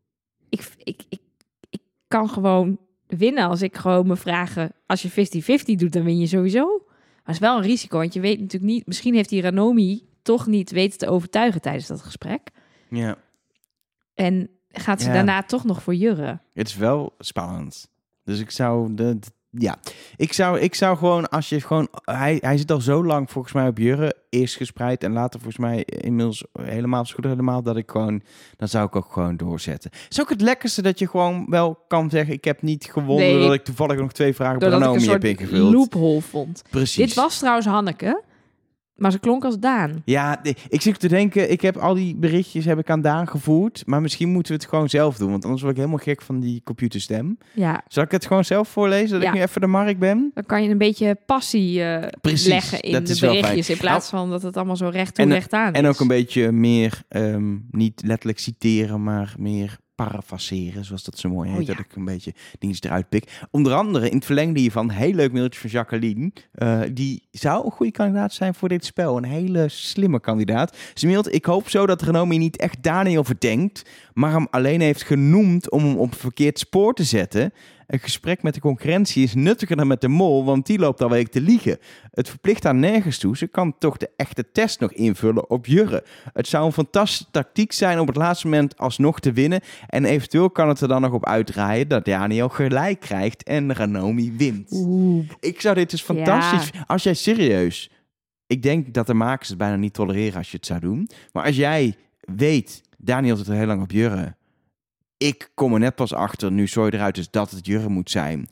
Ik kan gewoon winnen als ik gewoon me vragen... Als je 50-50 doet, dan win je sowieso. Maar het is wel een risico, want je weet natuurlijk niet... Misschien heeft die Ranomi toch niet weten te overtuigen tijdens dat gesprek. Ja. En gaat ze daarna toch nog voor Jurre? Het is wel spannend. Dus ik zou... Ik zou gewoon, als je gewoon... Hij zit al zo lang volgens mij op Jurre. Eerst gespreid en later volgens mij inmiddels helemaal dat ik gewoon... Dan zou ik ook gewoon doorzetten. Het is ook het lekkerste dat je gewoon wel kan zeggen... Ik heb niet gewonnen dat ik toevallig nog 2 vragen per Ranomi heb ingevuld. Loophole vond. Precies. Dit was trouwens Hanneke... Maar ze klonk als Daan. Ja, ik zit te denken, ik heb al die berichtjes aan Daan gevoerd. Maar misschien moeten we het gewoon zelf doen. Want anders word ik helemaal gek van die computerstem. Ja. Zal ik het gewoon zelf voorlezen? Dat ik nu even de Mark ben? Dan kan je een beetje passie leggen in de berichtjes. In plaats van dat het allemaal zo recht aan is. En ook een beetje meer, niet letterlijk citeren, maar meer parafraseren, zoals dat zo mooi heet. Dat ik een beetje dingen eruit pik. Onder andere in het verlengde hiervan, heel leuk mailtje van Jacqueline. Die zou een goede kandidaat zijn voor dit spel. Een hele slimme kandidaat. Ze mailt, ik hoop zo dat Ranomi niet echt Daniel verdenkt, maar hem alleen heeft genoemd om hem op een verkeerd spoor te zetten. Een gesprek met de concurrentie is nuttiger dan met de mol, want die loopt alweer te liegen. Het verplicht haar nergens toe. Ze kan toch de echte test nog invullen op Jurre. Het zou een fantastische tactiek zijn om op het laatste moment alsnog te winnen. En eventueel kan het er dan nog op uitdraaien dat Daniel gelijk krijgt en Ranomi wint. Oeh. Ik zou dit dus fantastisch... Ja. Als jij serieus... Ik denk dat de makers het bijna niet tolereren als je het zou doen. Maar als jij weet, Daniel zit er heel lang op Jurre. Ik kom er net pas achter, nu Zoe eruit is, dat het Jurre moet zijn.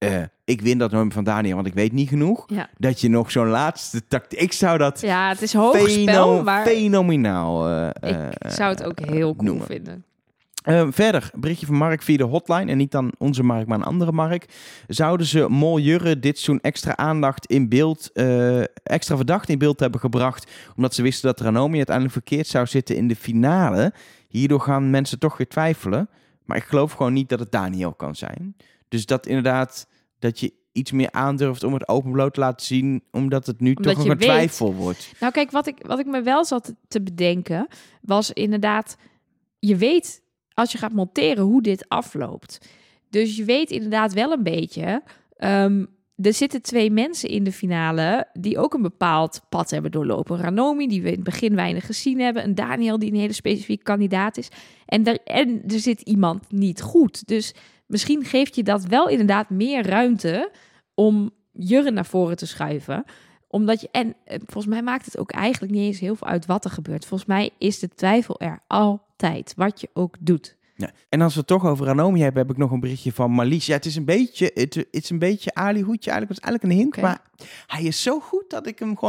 Ik win dat nooit van Daniel, want ik weet niet genoeg. Ja. Dat je nog zo'n laatste tactiek... Ik zou dat... Ja, het is hoog spel, maar... Fenomenaal ik zou het ook heel cool vinden. Verder, berichtje van Mark via de hotline. En niet dan onze Mark, maar een andere Mark. Zouden ze mol Jurre dit seizoen extra aandacht in beeld... extra verdacht in beeld hebben gebracht... omdat ze wisten dat Ranomi uiteindelijk verkeerd zou zitten in de finale... Hierdoor gaan mensen toch weer twijfelen. Maar ik geloof gewoon niet dat het Daniel kan zijn. Dus dat inderdaad, dat je iets meer aandurft om het openbloot te laten zien, omdat het nu toch nog een twijfel wordt. Nou kijk, wat ik me wel zat te bedenken, was inderdaad, je weet als je gaat monteren hoe dit afloopt. Dus je weet inderdaad wel een beetje... er zitten 2 mensen in de finale die ook een bepaald pad hebben doorlopen. Ranomi, die we in het begin weinig gezien hebben. En Daniel, die een hele specifieke kandidaat is. En er zit iemand niet goed. Dus misschien geeft je dat wel inderdaad meer ruimte om Jurre naar voren te schuiven. Omdat je, en volgens mij maakt het ook eigenlijk niet eens heel veel uit wat er gebeurt. Volgens mij is de twijfel er altijd, wat je ook doet. Ja. En als we het toch over Ranomi hebben, heb ik nog een berichtje van Marlies. Ja, het is een beetje Ali Hoedje eigenlijk. Het is eigenlijk een hint, maar hij is zo goed dat ik hem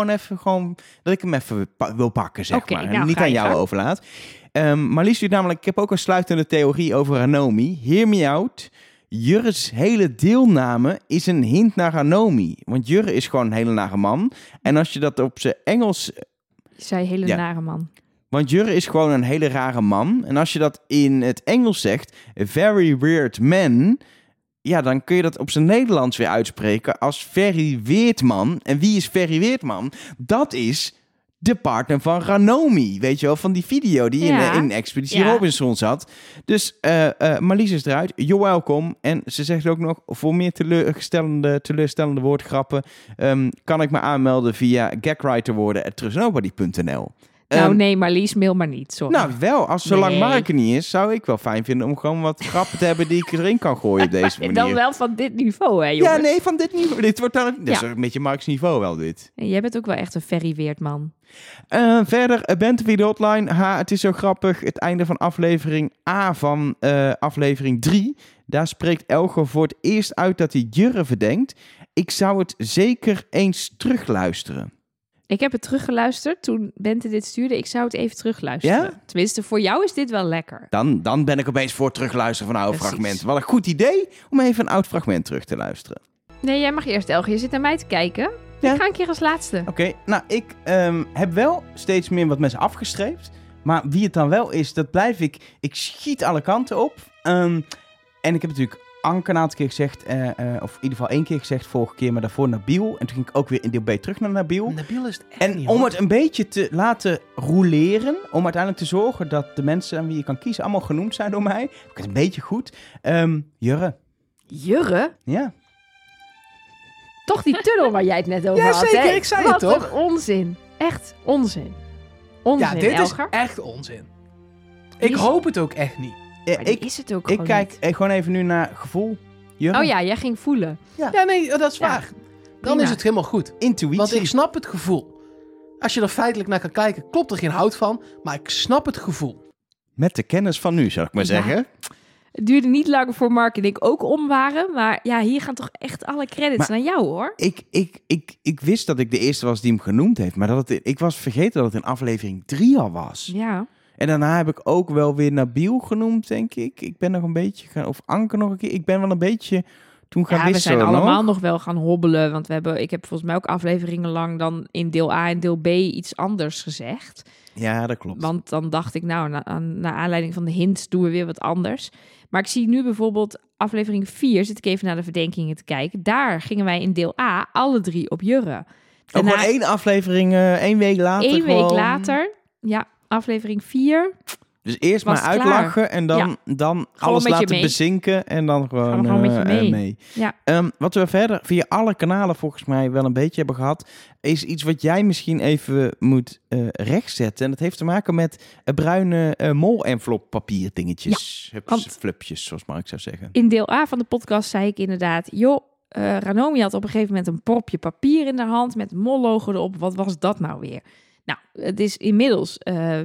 even wil pakken, zeg maar. En niet aan jou overlaat. Marlies doet namelijk, ik heb ook een sluitende theorie over Ranomi. Hear me out. Jurre's hele deelname is een hint naar Ranomi. Want Jurre is gewoon een hele nare man. En als je dat op zijn Engels... Je zei hele nare man. Want Jurre is gewoon een hele rare man. En als je dat in het Engels zegt, a very weird man... Ja, dan kun je dat op zijn Nederlands weer uitspreken als Ferry Weertman. En wie is Ferry Weertman? Dat is de partner van Ranomi. Weet je wel, van die video die in Expeditie Robinson zat. Dus Marlies is eruit. You're welcome. En ze zegt ook nog, voor meer teleurstellende woordgrappen... kan ik me aanmelden via gagwriterwoorden@trustnobody.nl. Nou nee, Marlies, mail maar niet, sorry. Nou wel, zolang Mark er niet is, zou ik wel fijn vinden om gewoon wat grappen te hebben die ik erin kan gooien op deze manier. Dan wel van dit niveau, hè jongens? Ja, nee, van dit niveau. Dit wordt dan is een beetje Marks niveau wel dit. En jij bent ook wel echt een Ferry Weertman. Verder, Bentewie de Hotline. Het is zo grappig. Het einde van aflevering A van aflevering 3. Daar spreekt Elger voor het eerst uit dat hij Jurre verdenkt. Ik zou het zeker eens terugluisteren. Ik heb het teruggeluisterd toen Bente dit stuurde. Ik zou het even terugluisteren. Ja? Tenminste, voor jou is dit wel lekker. Dan ben ik opeens voor het terugluisteren van een oud fragment. Wat een goed idee om even een oud fragment terug te luisteren. Nee, jij mag eerst, Elger. Je zit naar mij te kijken. Ja? Ik ga een keer als laatste. Oké, nou, ik heb wel steeds meer wat mensen afgestreept. Maar wie het dan wel is, dat blijf ik... Ik schiet alle kanten op. En ik heb natuurlijk Anke een aantal keer gezegd, of in ieder geval 1 keer gezegd vorige keer, maar daarvoor Nabil. En toen ging ik ook weer in deel B terug naar Nabil. Nabil is het echt en niet, om hoor. het een beetje te laten roleren, om uiteindelijk te zorgen dat de mensen aan wie je kan kiezen allemaal genoemd zijn door mij. Heb ik het een beetje goed. Jurre. Jurre? Ja. Toch die tunnel waar jij het net over had, zeker, hè? ik zei het toch? Wat een onzin. Echt onzin. Onzin, Ja, dit Elger. is echt onzin. Ik hoop het ook echt niet. Is het ook ik gewoon kijk niet. gewoon even nu naar gevoel. Jurre. Oh ja, jij ging voelen. Ja, nee, dat is waar. Dan prima. is het helemaal goed. Intuïtie. Want ik snap het gevoel. Als je er feitelijk naar kan kijken, klopt er geen hout van. Maar ik snap het gevoel. Met de kennis van nu, zou ik maar zeggen. Het duurde niet lang voor Mark en ik ook om waren. Maar ja, hier gaan toch echt alle credits naar jou, hoor. Ik wist dat ik de eerste was die hem genoemd heeft. Maar ik was vergeten dat het in aflevering 3 al was. Ja. En daarna heb ik ook wel weer Nabil genoemd, denk ik. Ik ben nog een beetje... Of Anke nog een keer. Ik ben wel een beetje toen gaan wisselen. We zijn allemaal nog wel gaan hobbelen. Want ik heb volgens mij ook afleveringen lang dan in deel A en deel B iets anders gezegd. Ja, dat klopt. Want dan dacht ik, nou, naar aanleiding van de hints doen we weer wat anders. Maar ik zie nu bijvoorbeeld aflevering 4, zit ik even naar de verdenkingen te kijken. Daar gingen wij in deel A alle 3 op Jurre. Ook gewoon 1 aflevering, 1 week later. 1 week later, ja, aflevering 4. Dus eerst maar uitlachen en dan alles laten bezinken en dan gewoon met je mee. Ja. Wat we verder via alle kanalen volgens mij wel een beetje hebben gehad, is iets wat jij misschien even moet rechtzetten. En dat heeft te maken met bruine mol-envelop papier dingetjes. Ja, flupjes, zoals Mark zou zeggen. In deel A van de podcast zei ik inderdaad, Ranomi had op een gegeven moment een propje papier in de hand met een mol-logo erop. Wat was dat nou weer? Nou, het is inmiddels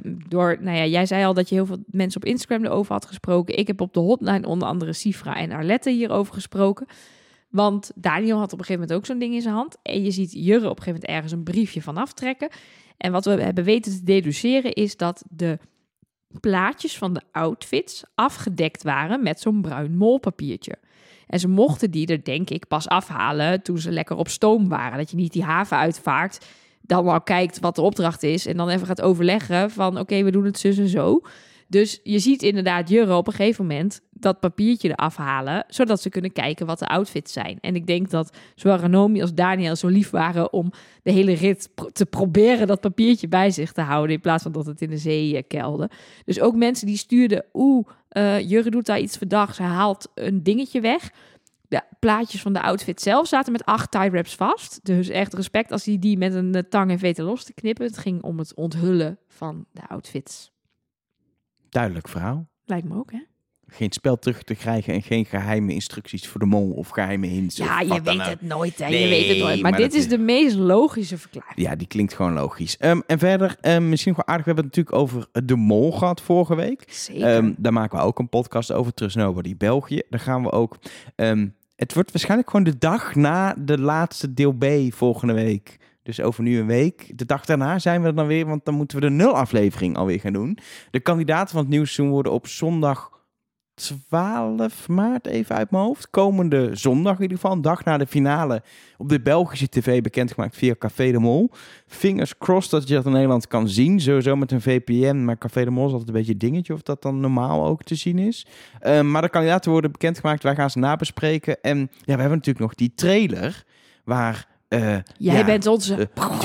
jij zei al dat je heel veel mensen op Instagram erover had gesproken. Ik heb op de hotline onder andere Sifra en Arlette hierover gesproken. Want Daniel had op een gegeven moment ook zo'n ding in zijn hand. En je ziet Jurre op een gegeven moment ergens een briefje van aftrekken. En wat we hebben weten te deduceren is dat de plaatjes van de outfits afgedekt waren met zo'n bruin molpapiertje. En ze mochten die er denk ik pas afhalen toen ze lekker op stoom waren. Dat je niet die haven uitvaart, dan al kijkt wat de opdracht is en dan even gaat overleggen van oké, we doen het zus en zo. Dus je ziet inderdaad Jurre op een gegeven moment dat papiertje eraf halen, zodat ze kunnen kijken wat de outfits zijn. En ik denk dat zowel Ranomi als Daniel zo lief waren om de hele rit te proberen dat papiertje bij zich te houden, in plaats van dat het in de zee keldde. Dus ook mensen die stuurden, Jurre doet daar iets verdachts. Hij haalt een dingetje weg. De plaatjes van de outfit zelf zaten met 8 tie wraps vast. Dus echt respect als hij die met een tang heeft weten los te knippen. Het ging om het onthullen van de outfits. Duidelijk verhaal. Lijkt me ook, hè? Geen spel terug te krijgen en geen geheime instructies voor de mol of geheime hints. Ja, of je wat dan weet ook. het nooit, hè? Nee, Je weet het nooit. Maar dit dat is de meest logische verklaring. Ja, die klinkt gewoon logisch. En verder, misschien nog wel aardig, we hebben het natuurlijk over de mol gehad vorige week. Zeker. Daar maken we ook een podcast over, Trust Nobody België. Daar gaan we ook... het wordt waarschijnlijk gewoon de dag na de laatste deel B volgende week. Dus over nu een week. De dag daarna zijn we er dan weer, want dan moeten we de 0 aflevering alweer gaan doen. De kandidaten van het nieuwsseizoen worden op zondag 12 maart, even uit mijn hoofd. Komende zondag in ieder geval, een dag na de finale, op de Belgische tv bekendgemaakt via Café de Mol. Fingers crossed dat je dat in Nederland kan zien. Sowieso met een VPN, maar Café de Mol is altijd een beetje een dingetje of dat dan normaal ook te zien is. Maar de kandidaten worden bekendgemaakt, wij gaan ze nabespreken. En ja, we hebben natuurlijk nog die trailer waar... Jij bent onze...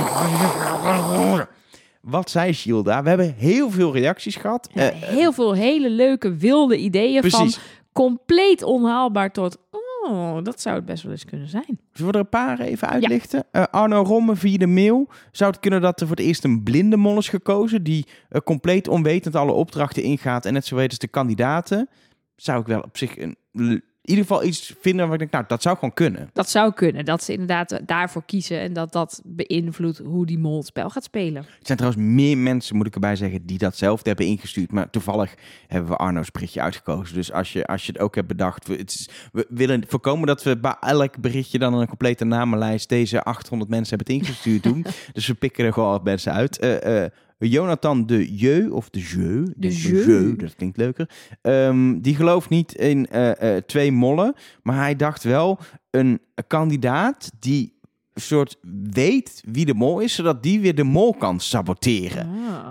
Wat zei Gilda? We hebben heel veel reacties gehad. heel veel hele leuke, wilde ideeën. Precies. Van compleet onhaalbaar tot... Oh, dat zou het best wel eens kunnen zijn. Zullen we er een paar even uitlichten? Arno Romme via de mail. Zou het kunnen dat er voor het eerst een blinde mol is gekozen... die compleet onwetend alle opdrachten ingaat... en net zo weet als de kandidaten? Zou ik wel op zich... in ieder geval iets vinden waar ik denk, nou, dat zou gewoon kunnen. Dat zou kunnen. Dat ze inderdaad daarvoor kiezen en dat beïnvloedt hoe die mol het spel gaat spelen. Er zijn trouwens meer mensen, moet ik erbij zeggen, die dat zelf hebben ingestuurd. Maar toevallig hebben we Arno's berichtje uitgekozen. Dus als je het ook hebt bedacht, we willen voorkomen dat we bij elk berichtje dan een complete namenlijst deze 800 mensen hebben het ingestuurd doen. Dus we pikken er gewoon wat mensen uit. Jonathan de Jeu, of de Jeu. De Jeu. Dat klinkt leuker. Die gelooft niet in 2 mollen, maar hij dacht wel een kandidaat die soort weet wie de mol is, zodat die weer de mol kan saboteren.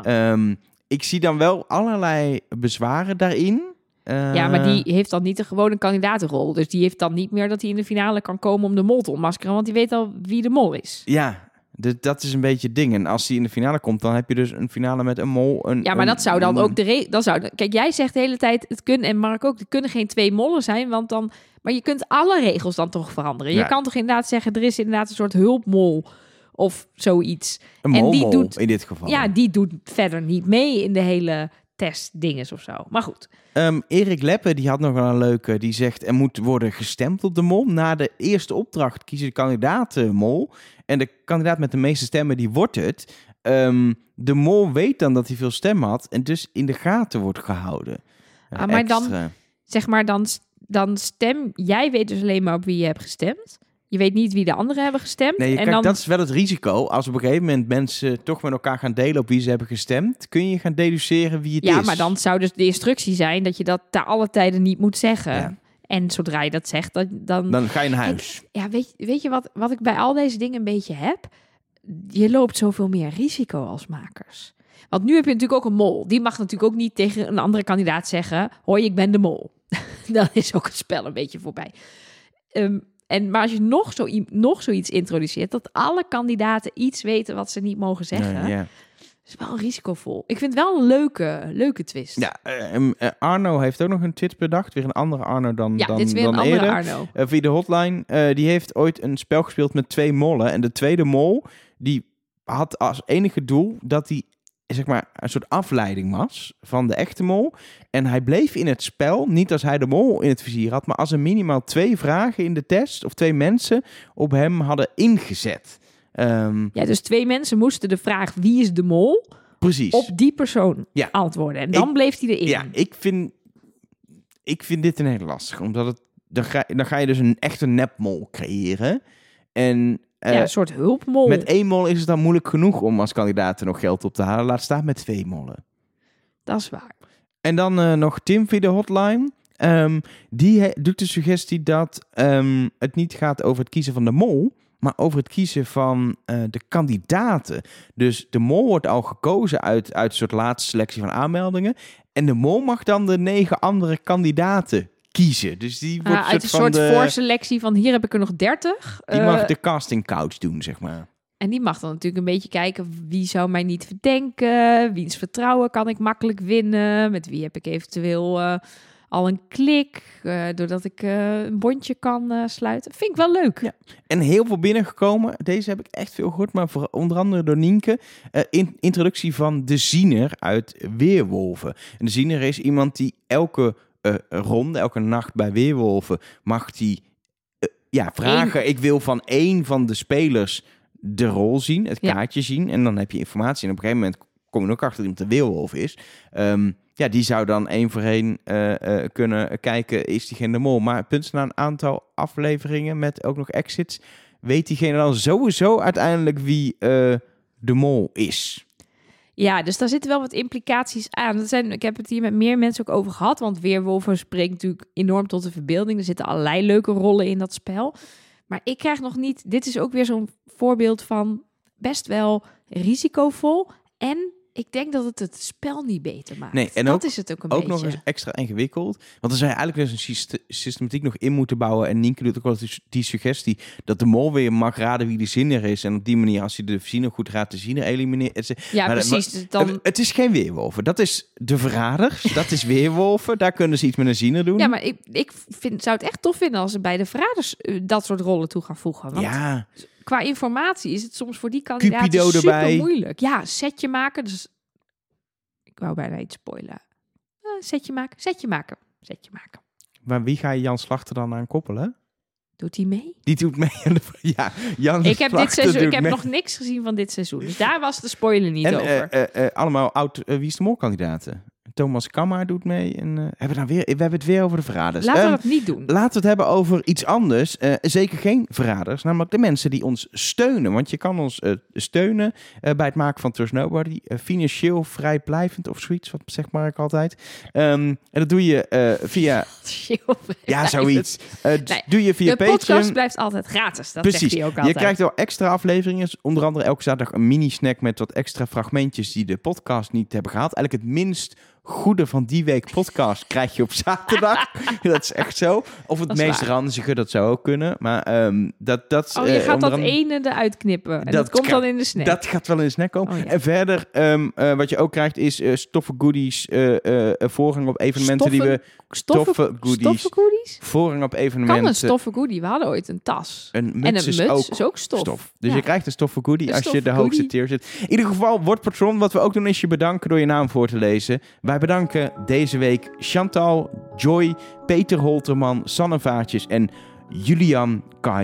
Ik zie dan wel allerlei bezwaren daarin. Ja, maar die heeft dan niet de gewone kandidatenrol. Dus die heeft dan niet meer dat hij in de finale kan komen om de mol te ontmaskeren, want die weet al wie de mol is. Ja. Dat is een beetje het ding. En als die in de finale komt, dan heb je dus een finale met een mol. Dat zou dan ook kijk, jij zegt de hele tijd, het kunnen, en Mark ook, er kunnen geen 2 mollen zijn, want dan... Maar je kunt alle regels dan toch veranderen. Ja. Je kan toch inderdaad zeggen, er is inderdaad een soort hulpmol of zoiets. Een molmol in dit geval. Ja, die doet verder niet mee in de hele testdinges of zo. Maar goed. Erik Leppe, die had nog wel een leuke. Die zegt, er moet worden gestemd op de mol. Na de eerste opdracht kiezen de kandidaten mol. En de kandidaat met de meeste stemmen, die wordt het. De mol weet dan dat hij veel stemmen had. En dus in de gaten wordt gehouden. Maar dan, zeg maar, dan stem... Jij weet dus alleen maar op wie je hebt gestemd. Je weet niet wie de anderen hebben gestemd. Nee, en dan... dat is wel het risico. Als op een gegeven moment mensen toch met elkaar gaan delen op wie ze hebben gestemd, kun je gaan deduceren wie het is. Ja, maar dan zou dus de instructie zijn dat je dat te alle tijden niet moet zeggen. Ja. En zodra je dat zegt, dan ga je naar huis. Weet je wat ik bij al deze dingen een beetje heb? Je loopt zoveel meer risico als makers. Want nu heb je natuurlijk ook een mol. Die mag natuurlijk ook niet tegen een andere kandidaat zeggen, hoi, ik ben de mol. Dan is ook het spel een beetje voorbij. Maar als je nog zoiets introduceert, dat alle kandidaten iets weten wat ze niet mogen zeggen, is wel risicovol. Ik vind het wel een leuke twist. Ja, Arno heeft ook nog een twist bedacht. Weer een andere Arno dan dit is weer een andere eerder. Arno. Via de hotline. Die heeft ooit een spel gespeeld met 2 mollen. En de tweede mol, die had als enige doel dat hij, zeg maar, een soort afleiding was van de echte mol. En hij bleef in het spel, niet als hij de mol in het vizier had, maar als er minimaal 2 vragen in de test, of 2 mensen op hem hadden ingezet. Dus 2 mensen moesten de vraag wie is de mol precies op die persoon antwoorden. En dan bleef hij erin. Ja, ik vind dit een hele lastig. Omdat dan ga je dus een echte nepmol creëren. En een soort hulpmol. Met 1 mol is het dan moeilijk genoeg om als kandidaat er nog geld op te halen. Laat staan met 2 mollen. Dat is waar. En dan nog Tim via de hotline. Die doet de suggestie dat het niet gaat over het kiezen van de mol, maar over het kiezen van de kandidaten. Dus de mol wordt al gekozen uit een soort laatste selectie van aanmeldingen. En de mol mag dan de 9 andere kandidaten kiezen. Dus die wordt uit een soort voorselectie van hier heb ik er nog 30. Die mag de casting couch doen, zeg maar. En die mag dan natuurlijk een beetje kijken, wie zou mij niet verdenken? Wiens vertrouwen kan ik makkelijk winnen? Met wie heb ik eventueel al een klik? Doordat ik een bondje kan sluiten. Vind ik wel leuk. Ja. En heel veel binnengekomen. Deze heb ik echt veel gehoord, maar onder andere door Nienke. Introductie van de ziener uit Weerwolven. En de ziener is iemand die elke ronde, elke nacht bij Weerwolven, mag die vragen. Ik wil van één van de spelers de rol zien, het kaartje zien. En dan heb je informatie. En op een gegeven moment kom je ook achter iemand de Weerwolf is. Die zou dan één voor één kunnen kijken, is diegene de mol. Maar punt na een aantal afleveringen met ook nog exits, weet diegene dan sowieso uiteindelijk wie de mol is. Ja, dus daar zitten wel wat implicaties aan. Ik heb het hier met meer mensen ook over gehad, want Weerwolven spreekt natuurlijk enorm tot de verbeelding. Er zitten allerlei leuke rollen in dat spel. Maar ik krijg nog niet... Dit is ook weer zo'n voorbeeld van best wel risicovol. En ik denk dat het spel niet beter maakt. Nee, en dat is het ook een beetje. Ook nog eens extra ingewikkeld. Want er zou je eigenlijk weer een systematiek nog in moeten bouwen. En Nienke doet ook wel die suggestie dat de mol weer mag raden wie de zinner is. En op die manier, als hij de ziener goed raadt, de ziener elimineert. Ja, maar precies. Het is geen Weerwolven. Dat is de verraders. Dat is Weerwolven. Daar kunnen ze iets met een ziener doen. Ja, maar ik zou het echt tof vinden als ze bij de verraders dat soort rollen toe gaan voegen. Want ja. Qua informatie is het soms voor die kandidaten super moeilijk. Ja, setje maken. Dus ik wou bijna iets spoilen. Setje maken. Maar wie ga je Jan Slachter dan aan koppelen? Doet hij mee? Die doet mee. Ja, Jan ik heb dit seizoen. Ik heb mee. nog niks gezien van dit seizoen. Dus daar was de spoiler niet over. Allemaal oud. Wie is de molkandidaten? Thomas Kammer doet mee. En, we hebben het weer over de verraders. Laten we dat niet doen. Laten we het hebben over iets anders. Zeker geen verraders. Namelijk de mensen die ons steunen. Want je kan ons steunen bij het maken van Trust Nobody. Financieel vrijblijvend of zoiets. Wat zegt Mark altijd. En dat doe je via... Ja, zoiets. Doe je via Patreon. De podcast blijft altijd gratis. Dat Precies. Zegt hij ook altijd. Je krijgt wel extra afleveringen. Onder andere elke zaterdag een mini-snack met wat extra fragmentjes die de podcast niet hebben gehaald. Eigenlijk het minst goede van die week podcast krijg je op zaterdag. Dat is echt zo. Of het meest ranzige, dat zou ook kunnen. Maar je gaat dat ene eruit knippen. En dat komt dan in de snack. Dat gaat wel in de snack komen. Oh, ja. En verder, wat je ook krijgt, is stoffen goodies. Voorrang op evenementen die we... Stoffen goodies? Voorrang op evenementen. Kan een stoffen goodie. We hadden ooit een tas. Een muts is ook stof. Dus je krijgt een stoffen goodie als je de hoogste tier zit. In ieder geval, word patron. Wat we ook doen is je bedanken door je naam voor te lezen. Wij bedanken deze week Chantal, Joy, Peter Holterman, Sanne Vaartjes en Julian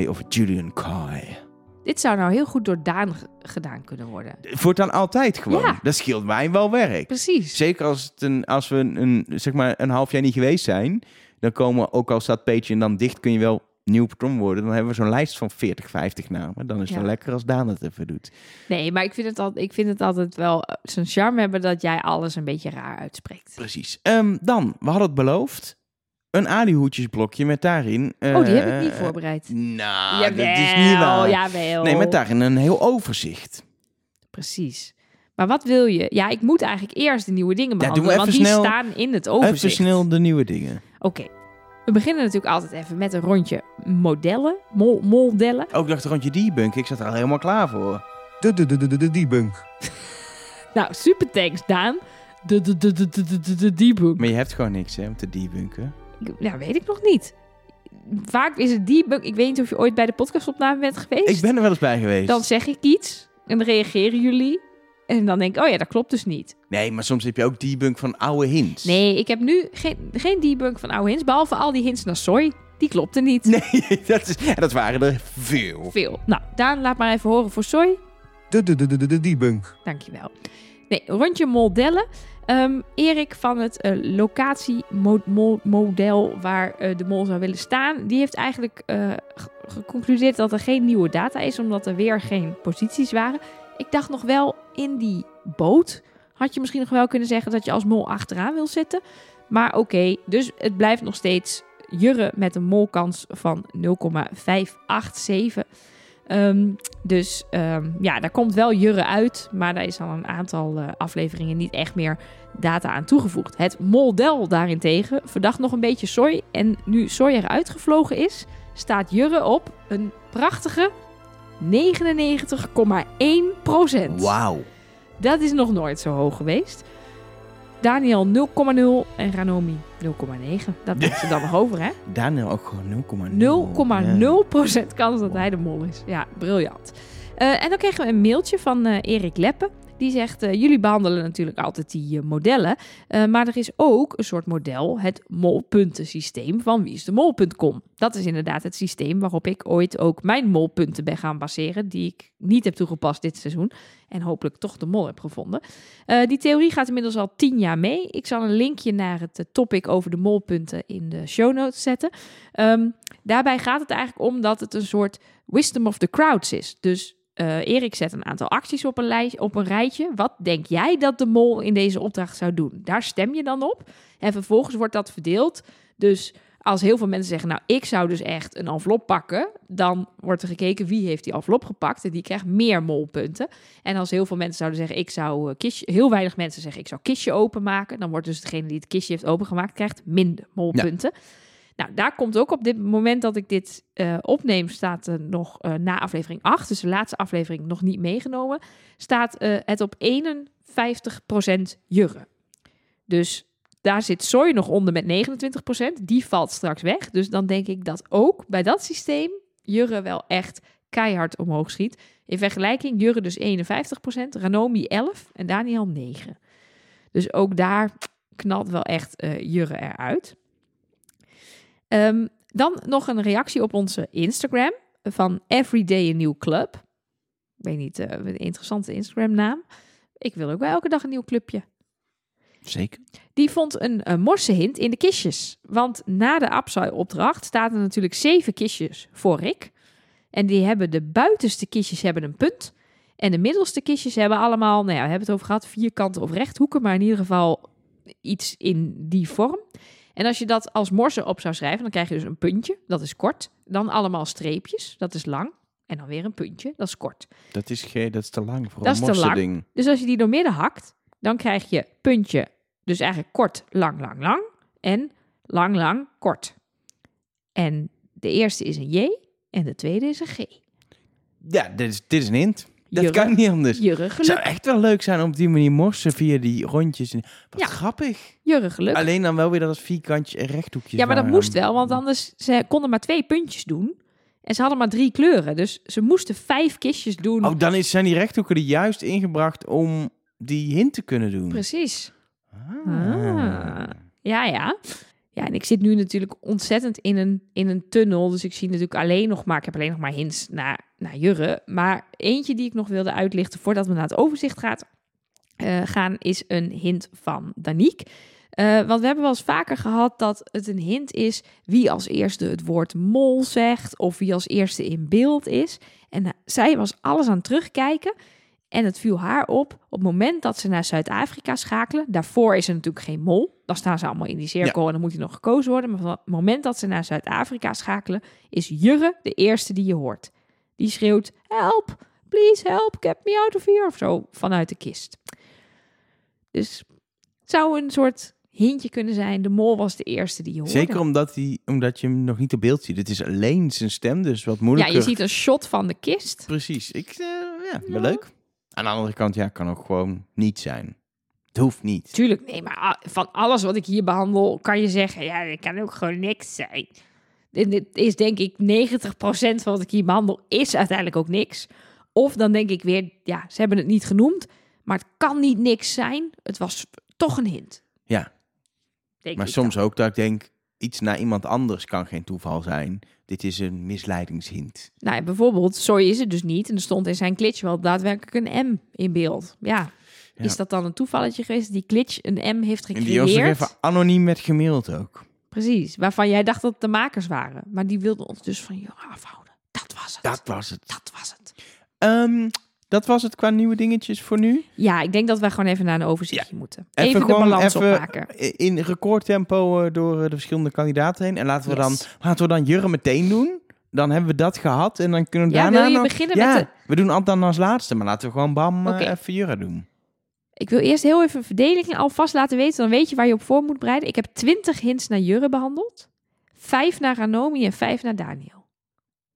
Kai. Dit zou nou heel goed door Daan gedaan kunnen worden. Voortaan altijd gewoon. Ja. Dat scheelt mij wel werk. Precies. Zeker als we een half jaar niet geweest zijn, dan komen, ook al staat Patreon dan dicht, kun je wel nieuw patron worden. Dan hebben we zo'n lijst van 40, 50 namen. Dan is het wel lekker als Daan het even doet. Nee, maar ik vind het altijd wel zijn charme hebben dat jij alles een beetje raar uitspreekt. Precies. Dan, we hadden het beloofd. Een alihoedjesblokje met daarin... die heb ik niet voorbereid. Nou, dat is niet waar. Jawel. Nee, met daarin een heel overzicht. Precies. Maar wat wil je? Ja, ik moet eigenlijk eerst de nieuwe dingen behandelen, want die staan in het overzicht. Even snel de nieuwe dingen. Oké. We beginnen natuurlijk altijd even met een rondje modellen. Moldellen. Ook dacht een rondje debunk. Ik zat er al helemaal klaar voor. De debunk. Nou, super thanks, Daan. De debunk. Maar je hebt gewoon niks, hè, om te debunken. Nou, weet ik nog niet. Vaak is het debunk... Ik weet niet of je ooit bij de podcastopname bent geweest. Ik ben er wel eens bij geweest. Dan zeg ik iets en dan reageren jullie. En dan denk ik, oh ja, dat klopt dus niet. Nee, maar soms heb je ook debunk van oude hints. Nee, ik heb nu geen debunk van oude hints. Behalve al die hints naar soy. Die klopten niet. Nee, dat waren er veel. Nou, Daan, laat maar even horen voor soy. De debunk. Dankjewel. Nee, rondje modellen. Erik van het locatiemodel waar de mol zou willen staan, die heeft eigenlijk geconcludeerd dat er geen nieuwe data is, omdat er weer geen posities waren. Ik dacht nog wel, in die boot had je misschien nog wel kunnen zeggen dat je als mol achteraan wil zitten. Maar oké, dus het blijft nog steeds Jurre met een molkans van 0,587. Daar komt wel Jurre uit, maar daar is al een aantal afleveringen niet echt meer data aan toegevoegd. Het model daarentegen verdacht nog een beetje soy. En nu soy eruit gevlogen is, staat Jurre op een prachtige 99,1%. Wauw. Dat is nog nooit zo hoog geweest. Daniel 0,0 en Ranomi 0,9. Dat neemt ze dan nog over, hè? Daniel ook gewoon 0,0. 0,0% kans dat hij de mol is. Ja, briljant. En dan kregen we een mailtje van Erik Leppe. Die zegt, jullie behandelen natuurlijk altijd die modellen. Maar er is ook een soort model, het molpuntensysteem van wieisdemol.com. Dat is inderdaad het systeem waarop ik ooit ook mijn molpunten ben gaan baseren. Die ik niet heb toegepast dit seizoen. En hopelijk toch de mol heb gevonden. Die theorie gaat inmiddels al 10 jaar mee. Ik zal een linkje naar het topic over de molpunten in de show notes zetten. Daarbij gaat het eigenlijk om dat het een soort wisdom of the crowds is. Dus Erik zet een aantal acties op een rijtje. Wat denk jij dat de mol in deze opdracht zou doen? Daar stem je dan op. En vervolgens wordt dat verdeeld. Dus als heel veel mensen zeggen, nou, ik zou dus echt een envelop pakken, dan wordt er gekeken wie heeft die envelop gepakt en die krijgt meer molpunten. En als heel veel mensen zouden zeggen, heel weinig mensen zeggen, ik zou kistje openmaken, dan wordt dus degene die het kistje heeft opengemaakt, krijgt minder molpunten. Ja. Nou, daar komt ook op dit moment dat ik dit opneem, staat er nog na aflevering 8, dus de laatste aflevering nog niet meegenomen, staat het op 51% Jurre. Dus daar zit Soy nog onder met 29%. Die valt straks weg. Dus dan denk ik dat ook bij dat systeem Jurre wel echt keihard omhoog schiet. In vergelijking Jurre dus 51%, Ranomi 11% en Daniel 9%. Dus ook daar knalt wel echt Jurre eruit. Dan nog een reactie op onze Instagram van Everyday a New Club. Ik weet niet, een interessante Instagram naam. Ik wil ook wel elke dag een nieuw clubje. Zeker. Die vond een morsehint in de kistjes. Want na de Absai-opdracht staat er natuurlijk 7 kistjes voor Rick. En die hebben de buitenste kistjes hebben een punt. En de middelste kistjes hebben allemaal, nou ja, we hebben het over gehad, vierkanten of rechthoeken. Maar in ieder geval iets in die vorm. En als je dat als morse op zou schrijven, dan krijg je dus een puntje. Dat is kort. Dan allemaal streepjes. Dat is lang. En dan weer een puntje. Dat is kort. Dat is te lang voor dat een is te lang. ding. Dus als je die door midden hakt, dan krijg je puntje. Dus eigenlijk kort, lang, lang, lang. En lang, lang, kort. En de eerste is een J en de tweede is een G. Ja, dit is een hint. Dat Jurre, kan niet anders. Jurre Het geluk. zou echt wel leuk zijn om op die manier morsen via die rondjes. Wat Ja. grappig. Jurre geluk. Alleen dan wel weer dat het vierkantjes en rechthoekjes Ja, maar dat waren. moest wel, want anders ze konden maar 2 puntjes doen. En ze hadden maar 3 kleuren. Dus ze moesten 5 kistjes doen. Oh, dan zijn die rechthoeken er juist ingebracht om die hint te kunnen doen. Precies. Ah. Ja, ja. Ja, en ik zit nu natuurlijk ontzettend in een tunnel. Dus ik zie natuurlijk ik heb alleen nog maar hints naar Jurre. Maar eentje die ik nog wilde uitlichten voordat we naar het overzicht gaan, is een hint van Danique. Want we hebben wel eens vaker gehad dat het een hint is wie als eerste het woord mol zegt of wie als eerste in beeld is. En zij was alles aan het terugkijken. En het viel haar op het moment dat ze naar Zuid-Afrika schakelen. Daarvoor is er natuurlijk geen mol. Dan staan ze allemaal in die cirkel en dan moet hij nog gekozen worden. Maar van het moment dat ze naar Zuid-Afrika schakelen, is Jurre de eerste die je hoort. Die schreeuwt, help, please help, get me out of here, of zo, vanuit de kist. Dus het zou een soort hintje kunnen zijn. De mol was de eerste die je hoorde. Zeker omdat je hem nog niet op beeld ziet. Het is alleen zijn stem, dus wat moeilijker. Ja, je ziet een shot van de kist. Precies. Wel leuk. Aan de andere kant, kan ook gewoon niet zijn. Het hoeft niet. Tuurlijk, nee, maar van alles wat ik hier behandel, kan je zeggen, ja, dat kan ook gewoon niks zijn. Dit is denk ik 90% van wat ik hier behandel, is uiteindelijk ook niks. Of dan denk ik weer, ja, ze hebben het niet genoemd, maar het kan niet niks zijn. Het was toch een hint. Ja. Denk Maar ik soms dan. ook dat ik denk, iets naar iemand anders kan geen toeval zijn. Dit is een misleidingshint. Nou, ja, bijvoorbeeld, Soy is het dus niet. En er stond in zijn glitch wel daadwerkelijk een M in beeld. Ja. Is dat dan een toevalletje geweest? Die glitch een M heeft En gecreëerd. die was nog even anoniem met gemaild ook. Precies, waarvan jij dacht dat het de makers waren. Maar die wilden ons dus van je afhouden. Dat was het. Dat was het. Dat was het. Dat was het qua nieuwe dingetjes voor nu. Ja, ik denk dat wij gewoon even naar een overzichtje moeten. Even Even de gewoon balans opmaken. In recordtempo door de verschillende kandidaten heen. En laten we dan Jurre meteen doen. Dan hebben we dat gehad. En dan kunnen we Ja, daarna wil je nog... beginnen met de... we doen altijd dan als laatste. Maar laten we gewoon bam Oké. even Jurre doen. Ik wil eerst heel even verdeling alvast laten weten. Dan weet je waar je op voor moet bereiden. Ik heb 20 hints naar Jurre behandeld. 5 naar Ranomi en 5 naar Daniel.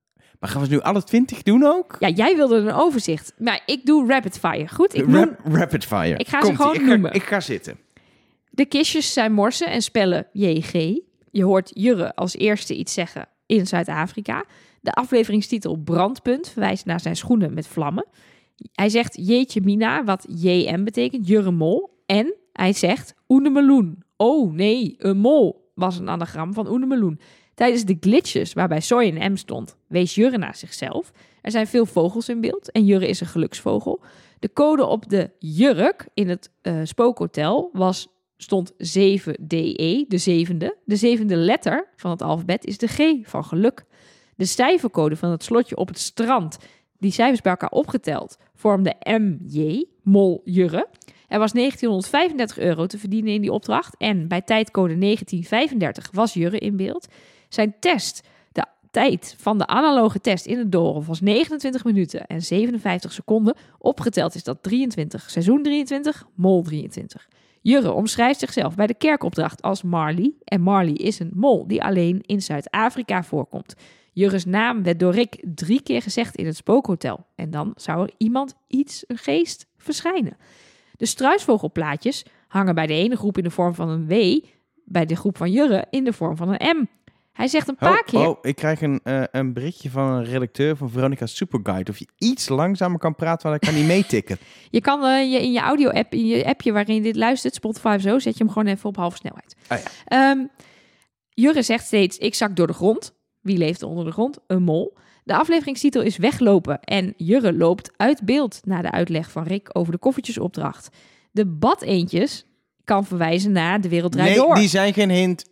Maar gaan we nu alle 20 doen ook? Ja, jij wilde een overzicht. Maar ik doe rapid fire. Goed, Rapid fire. Ik ga ze gewoon noemen. Ik ga zitten. De kistjes zijn morsen en spellen JG. Je hoort Jurre als eerste iets zeggen in Zuid-Afrika. De afleveringstitel Brandpunt verwijst naar zijn schoenen met vlammen. Hij zegt Jeetje Mina, wat JM betekent, Jurre Mol. En hij zegt Oenemeloen. Oh nee, een mol was een anagram van Oenemeloen. Tijdens de glitches waarbij Soy en M stond, wees Jurre naar zichzelf. Er zijn veel vogels in beeld en Jurre is een geluksvogel. De code op de jurk in het spookhotel stond 7DE, de zevende. De zevende letter van het alfabet is de G van geluk. De cijfercode van het slotje op het strand, die cijfers bij elkaar opgeteld, vormde MJ, mol Jurre. Er was €1935 te verdienen in die opdracht en bij tijdcode 1935 was Jurre in beeld. Zijn test, de tijd van de analoge test in het doolhof was 29 minuten en 57 seconden. Opgeteld is dat 23, seizoen 23, mol 23. Jurre omschrijft zichzelf bij de kerkopdracht als Marley. En Marley is een mol die alleen in Zuid-Afrika voorkomt. Jurre's naam werd door Rick 3 keer gezegd in het spookhotel. En dan zou er een geest, verschijnen. De struisvogelplaatjes hangen bij de ene groep in de vorm van een W, bij de groep van Jurre in de vorm van een M. Hij zegt een paar keer... Oh, ik krijg een berichtje van een redacteur van Veronica Superguide. Of je iets langzamer kan praten, want ik kan niet meetikken. Je kan in je audio-app, in je appje waarin je dit luistert, Spotify of zo, zet je hem gewoon even op halve snelheid. Oh ja. Jurre zegt steeds, ik zak door de grond. Wie leeft er onder de grond? Een mol. De afleveringstitel is Weglopen en Jurre loopt uit beeld na de uitleg van Rick over de koffertjesopdracht. De badeentjes kan verwijzen naar De Wereld Draait Door. Nee, die zijn geen hint.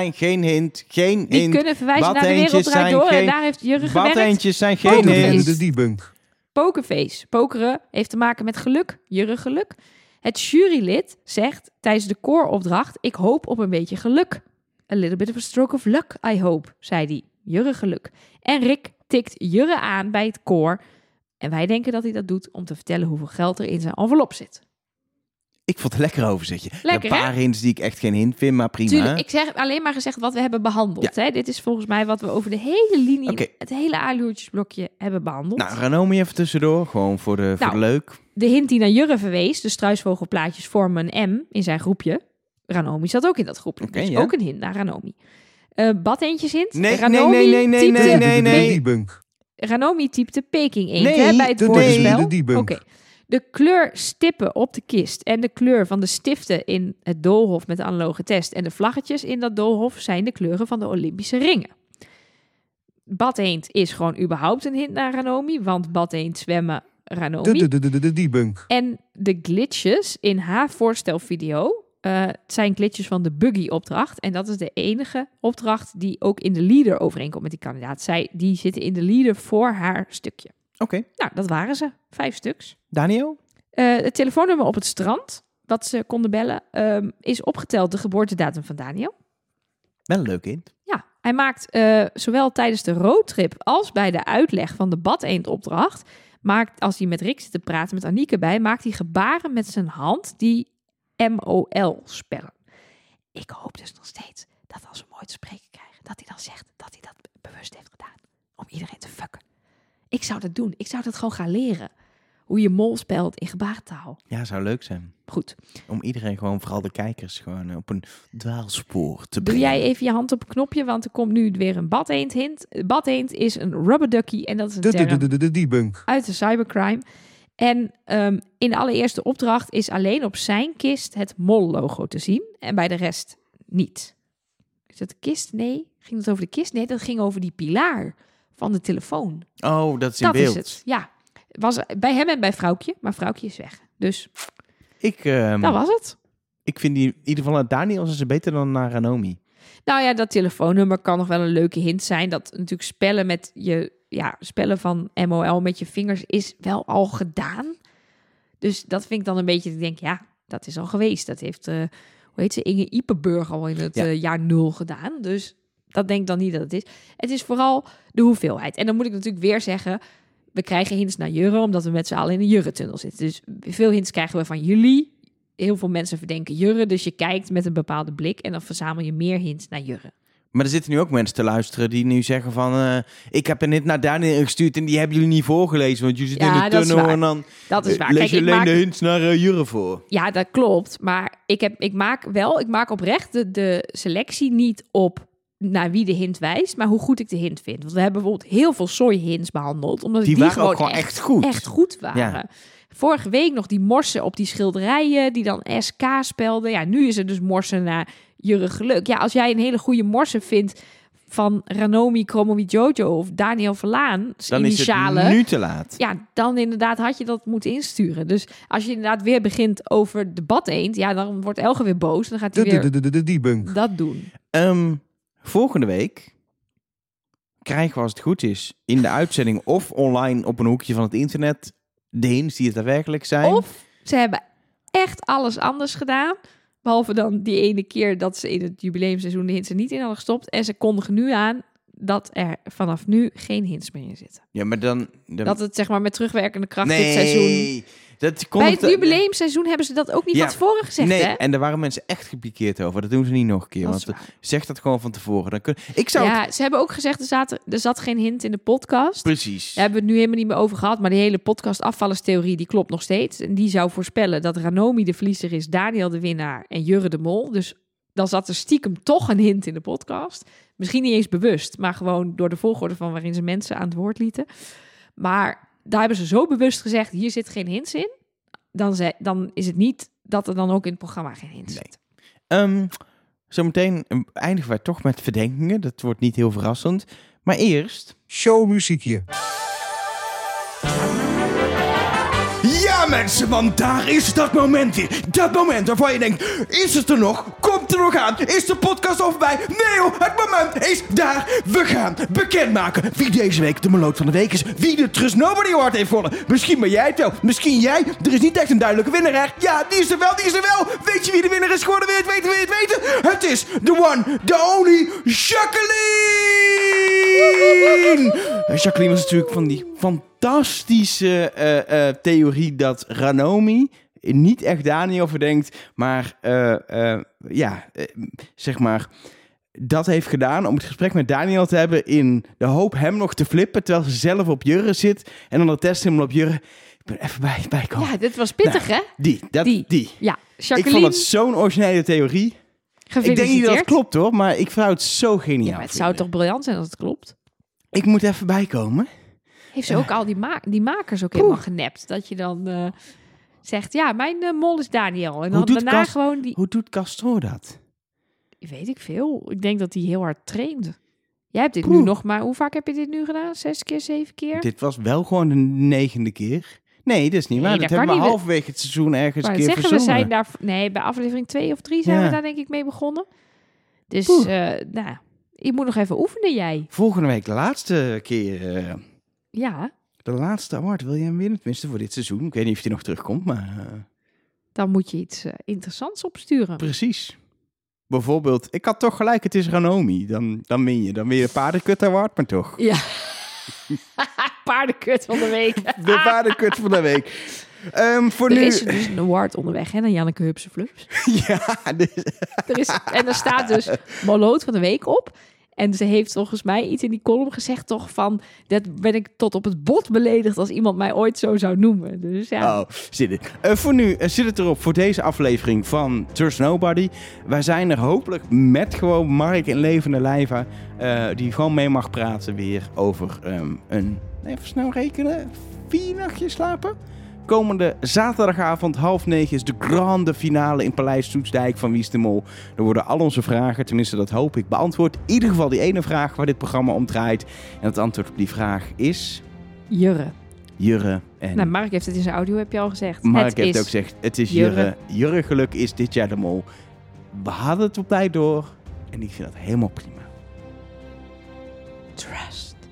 Die kunnen verwijzen naar De Wereld Draait Door en daar heeft Jurre gewerkt. Badeentjes zijn geen hint. De debunk. Pokerface. Pokeren heeft te maken met geluk. Jurre geluk. Het jurylid zegt tijdens de kooropdracht, ik hoop op een beetje geluk. A little bit of a stroke of luck, I hope, zei hij. Jurre geluk. En Rick tikt Jurre aan bij het koor. En wij denken dat hij dat doet om te vertellen hoeveel geld er in zijn envelop zit. Ik vond het een lekker overzichtje. Lekker, een paar hints die ik echt geen hint vind, maar prima. Tuurlijk, ik zeg alleen maar gezegd wat we hebben behandeld. Ja. Hè? Dit is volgens mij wat we over de hele linie, het hele aluhoedjesblokje hebben behandeld. Nou, Ranomi even tussendoor, gewoon voor de leuk. De hint die naar Jurre verwees, de struisvogelplaatjes vormen een M in zijn groepje. Ranomi zat ook in dat groepje, dus ook een hint naar Ranomi. Badeentjes hint. Nee. Debunk. Ranomi typte Peking eend bij het woordenspel. Oké. De kleurstippen op de kist en de kleur van de stiften in het doolhof met de analoge test en de vlaggetjes in dat doolhof zijn de kleuren van de Olympische ringen. Badeend is gewoon überhaupt een hint naar Ranomi, want badeend zwemmen Ranomi. De debunk. En de glitches in haar voorstelvideo zijn glitches van de buggy-opdracht. En dat is de enige opdracht die ook in de leader overeenkomt met die kandidaat. Die zitten in de leader voor haar stukje. Oké. Nou, dat waren ze. 5 stuks. Daniel? Het telefoonnummer op het strand, wat ze konden bellen, is opgeteld de geboortedatum van Daniel. Wel een leuk hint. Ja, hij maakt zowel tijdens de roadtrip als bij de uitleg van de badeendopdracht, als hij met Rick zit te praten met Anieke bij, maakt hij gebaren met zijn hand die MOL spellen. Ik hoop dus nog steeds dat als we hem ooit te spreken krijgen, dat hij dan zegt dat hij dat bewust heeft gedaan. Om iedereen te fucken. Ik zou dat doen. Ik zou dat gewoon gaan leren. Hoe je mol spelt in gebarentaal. Ja, zou leuk zijn. Goed. Om iedereen gewoon, vooral de kijkers, gewoon op een dwaalspoor te Doe brengen. jij even je hand op een knopje, want er komt nu weer een badeend hint. Badeend is een rubber ducky en dat is een term De debunk. uit de cybercrime. En in de allereerste opdracht is alleen op zijn kist het mol-logo te zien. En bij de rest niet. Is dat de kist? Nee. Ging het over de kist? Nee, dat ging over die pilaar van de telefoon. Oh, dat is in beeld. Dat is het, ja. Was bij hem en bij Vrouwtje, maar Vrouwtje is weg. Dus dat was het. Ik vind in ieder geval Daniel is beter dan naar Ranomi. Nou ja, dat telefoonnummer kan nog wel een leuke hint zijn. Dat natuurlijk spellen van MOL met je vingers is wel al gedaan. Dus dat vind ik dan een beetje, ik denk, ja, dat is al geweest. Dat heeft, hoe heet ze, Inge Iperburg al in het jaar 0 gedaan. Dus dat denk ik dan niet dat het is. Het is vooral de hoeveelheid. En dan moet ik natuurlijk weer zeggen, we krijgen hints naar Jurre, omdat we met z'n allen in een Jurre-tunnel zitten. Dus veel hints krijgen we van jullie. Heel veel mensen verdenken Jurre, dus je kijkt met een bepaalde blik en dan verzamel je meer hints naar Jurre. Maar er zitten nu ook mensen te luisteren die nu zeggen van... ik heb er net naar Daniel gestuurd en die hebben jullie niet voorgelezen. Want je zit in de tunnel en dan dat is waar. lees je alleen de hints naar Jurre voor. Ja, dat klopt. Maar ik maak oprecht de selectie niet op naar wie de hint wijst, maar hoe goed ik de hint vind. Want we hebben bijvoorbeeld heel veel soy-hints behandeld. Omdat die waren ook gewoon echt goed. Echt goed waren. Ja. Vorige week nog die morsen op die schilderijen, die dan SK spelden. Ja, nu is het dus morsen naar Jurre Geluk. Ja, als jij een hele goede morsen vindt van Ranomi Kromowidjojo of Daniel Verlaan, dan initialen, is het nu te laat. Ja, dan inderdaad had je dat moeten insturen. Dus als je inderdaad weer begint over de bad-eend, ja, dan wordt Elge weer boos. Dan gaat hij weer De debunk. dat doen. Volgende week krijgen we, als het goed is, in de uitzending of online op een hoekje van het internet de hints die het daadwerkelijk zijn. Of ze hebben echt alles anders gedaan. Behalve dan die ene keer dat ze in het jubileumseizoen de hints er niet in hadden gestopt. En ze kondigen nu aan dat er vanaf nu geen hints meer in zitten. Ja, maar dan... Dat het zeg maar met terugwerkende kracht dit seizoen... Bij het jubileumseizoen hebben ze dat ook niet van tevoren gezegd, nee, hè? En daar waren mensen echt gepikeerd over. Dat doen ze niet nog een keer. Want zeg dat gewoon van tevoren. Ze hebben ook gezegd, er zat geen hint in de podcast. Precies. Daar hebben we het nu helemaal niet meer over gehad. Maar die hele podcast afvallerstheorie, die klopt nog steeds. En die zou voorspellen dat Ranomi de verliezer is, Daniel de winnaar en Jurre de mol. Dus dan zat er stiekem toch een hint in de podcast. Misschien niet eens bewust, maar gewoon door de volgorde van waarin ze mensen aan het woord lieten. Maar daar hebben ze zo bewust gezegd, hier zit geen hints in. Dan is het niet dat er dan ook in het programma geen hints zitten. Zometeen eindigen wij toch met verdenkingen. Dat wordt niet heel verrassend. Maar eerst... showmuziekje. Ja, mensen, want daar is dat moment weer. Dat moment waarvan je denkt, is het er nog? Komt er nog aan? Is de podcast al voorbij? Nee hoor, het moment is daar. We gaan bekendmaken wie deze week de meloot van de week is. Wie de Trust Nobody Award heeft gewonnen. Misschien ben jij het wel. Misschien jij. Er is niet echt een duidelijke winnaar. Ja, die is er wel. Weet je wie de winnaar is geworden? Wil je het weten? Het is the one, the only Jacqueline. Jacqueline was natuurlijk van die fantastische theorie dat Ranomi niet echt Daniel verdenkt, maar zeg maar dat heeft gedaan om het gesprek met Daniel te hebben in de hoop hem nog te flippen terwijl ze zelf op Jurre zit en dan de testhimmel op Jurre. Ik ben even bijkomen. Ja, dit was pittig, hè? Die. Ja, Jacqueline. Ik vond het zo'n originele theorie. Ik denk niet dat het klopt hoor, maar ik vond het zo geniaal. Ja, maar het zou toch briljant zijn als het klopt? Ik moet even bijkomen. Heeft ze ook al die makers ook helemaal genept? Dat je dan zegt, ja, mijn mol is Daniel. En dan daarna gewoon die... Hoe doet Castro dat? Weet ik veel. Ik denk dat hij heel hard traint. Jij hebt dit nu nog maar... Hoe vaak heb je dit nu gedaan? 6 keer, 7 keer? Dit was wel gewoon de 9e keer. Nee, dat is niet waar. Dat hebben we halverwege het seizoen ergens een keer verzonnen. We zijn daar... Nee, bij aflevering 2 of 3 zijn we daar denk ik mee begonnen. Dus, je moet nog even oefenen, jij. Volgende week de laatste keer... Ja. De laatste award wil je hem winnen, tenminste voor dit seizoen. Ik weet niet of hij nog terugkomt, maar... Dan moet je iets interessants opsturen. Precies. Bijvoorbeeld, ik had toch gelijk, het is Ranomi. Dan win je. Dan win je de paardenkut award, maar toch. Ja. Paardenkut van de week. De paardenkut van de week. Er is dus een award onderweg, hè, naar Janneke Hupse Flups. Ja. En er staat dus Moloot van de week op. En ze heeft volgens mij iets in die column gezegd toch van... dat ben ik tot op het bot beledigd als iemand mij ooit zo zou noemen. Dus ja. Oh, zit het. Voor nu zit het erop voor deze aflevering van Trust Nobody. Wij zijn er hopelijk met gewoon Mark in levende lijven... die gewoon mee mag praten weer over even snel rekenen, 4 nachtjes slapen... Komende zaterdagavond 20:30 is de grande finale in Paleis Soestdijk van Wie is de Mol. Er worden al onze vragen, tenminste dat hoop ik, beantwoord. In ieder geval die ene vraag waar dit programma om draait. En het antwoord op die vraag is... Jurre. En... Nou, Mark heeft het in zijn audio, heb je al gezegd. Mark heeft ook gezegd, het is Jurre. Jurre Geluk is dit jaar de mol. We hadden het op tijd door. En ik vind dat helemaal prima. Trust.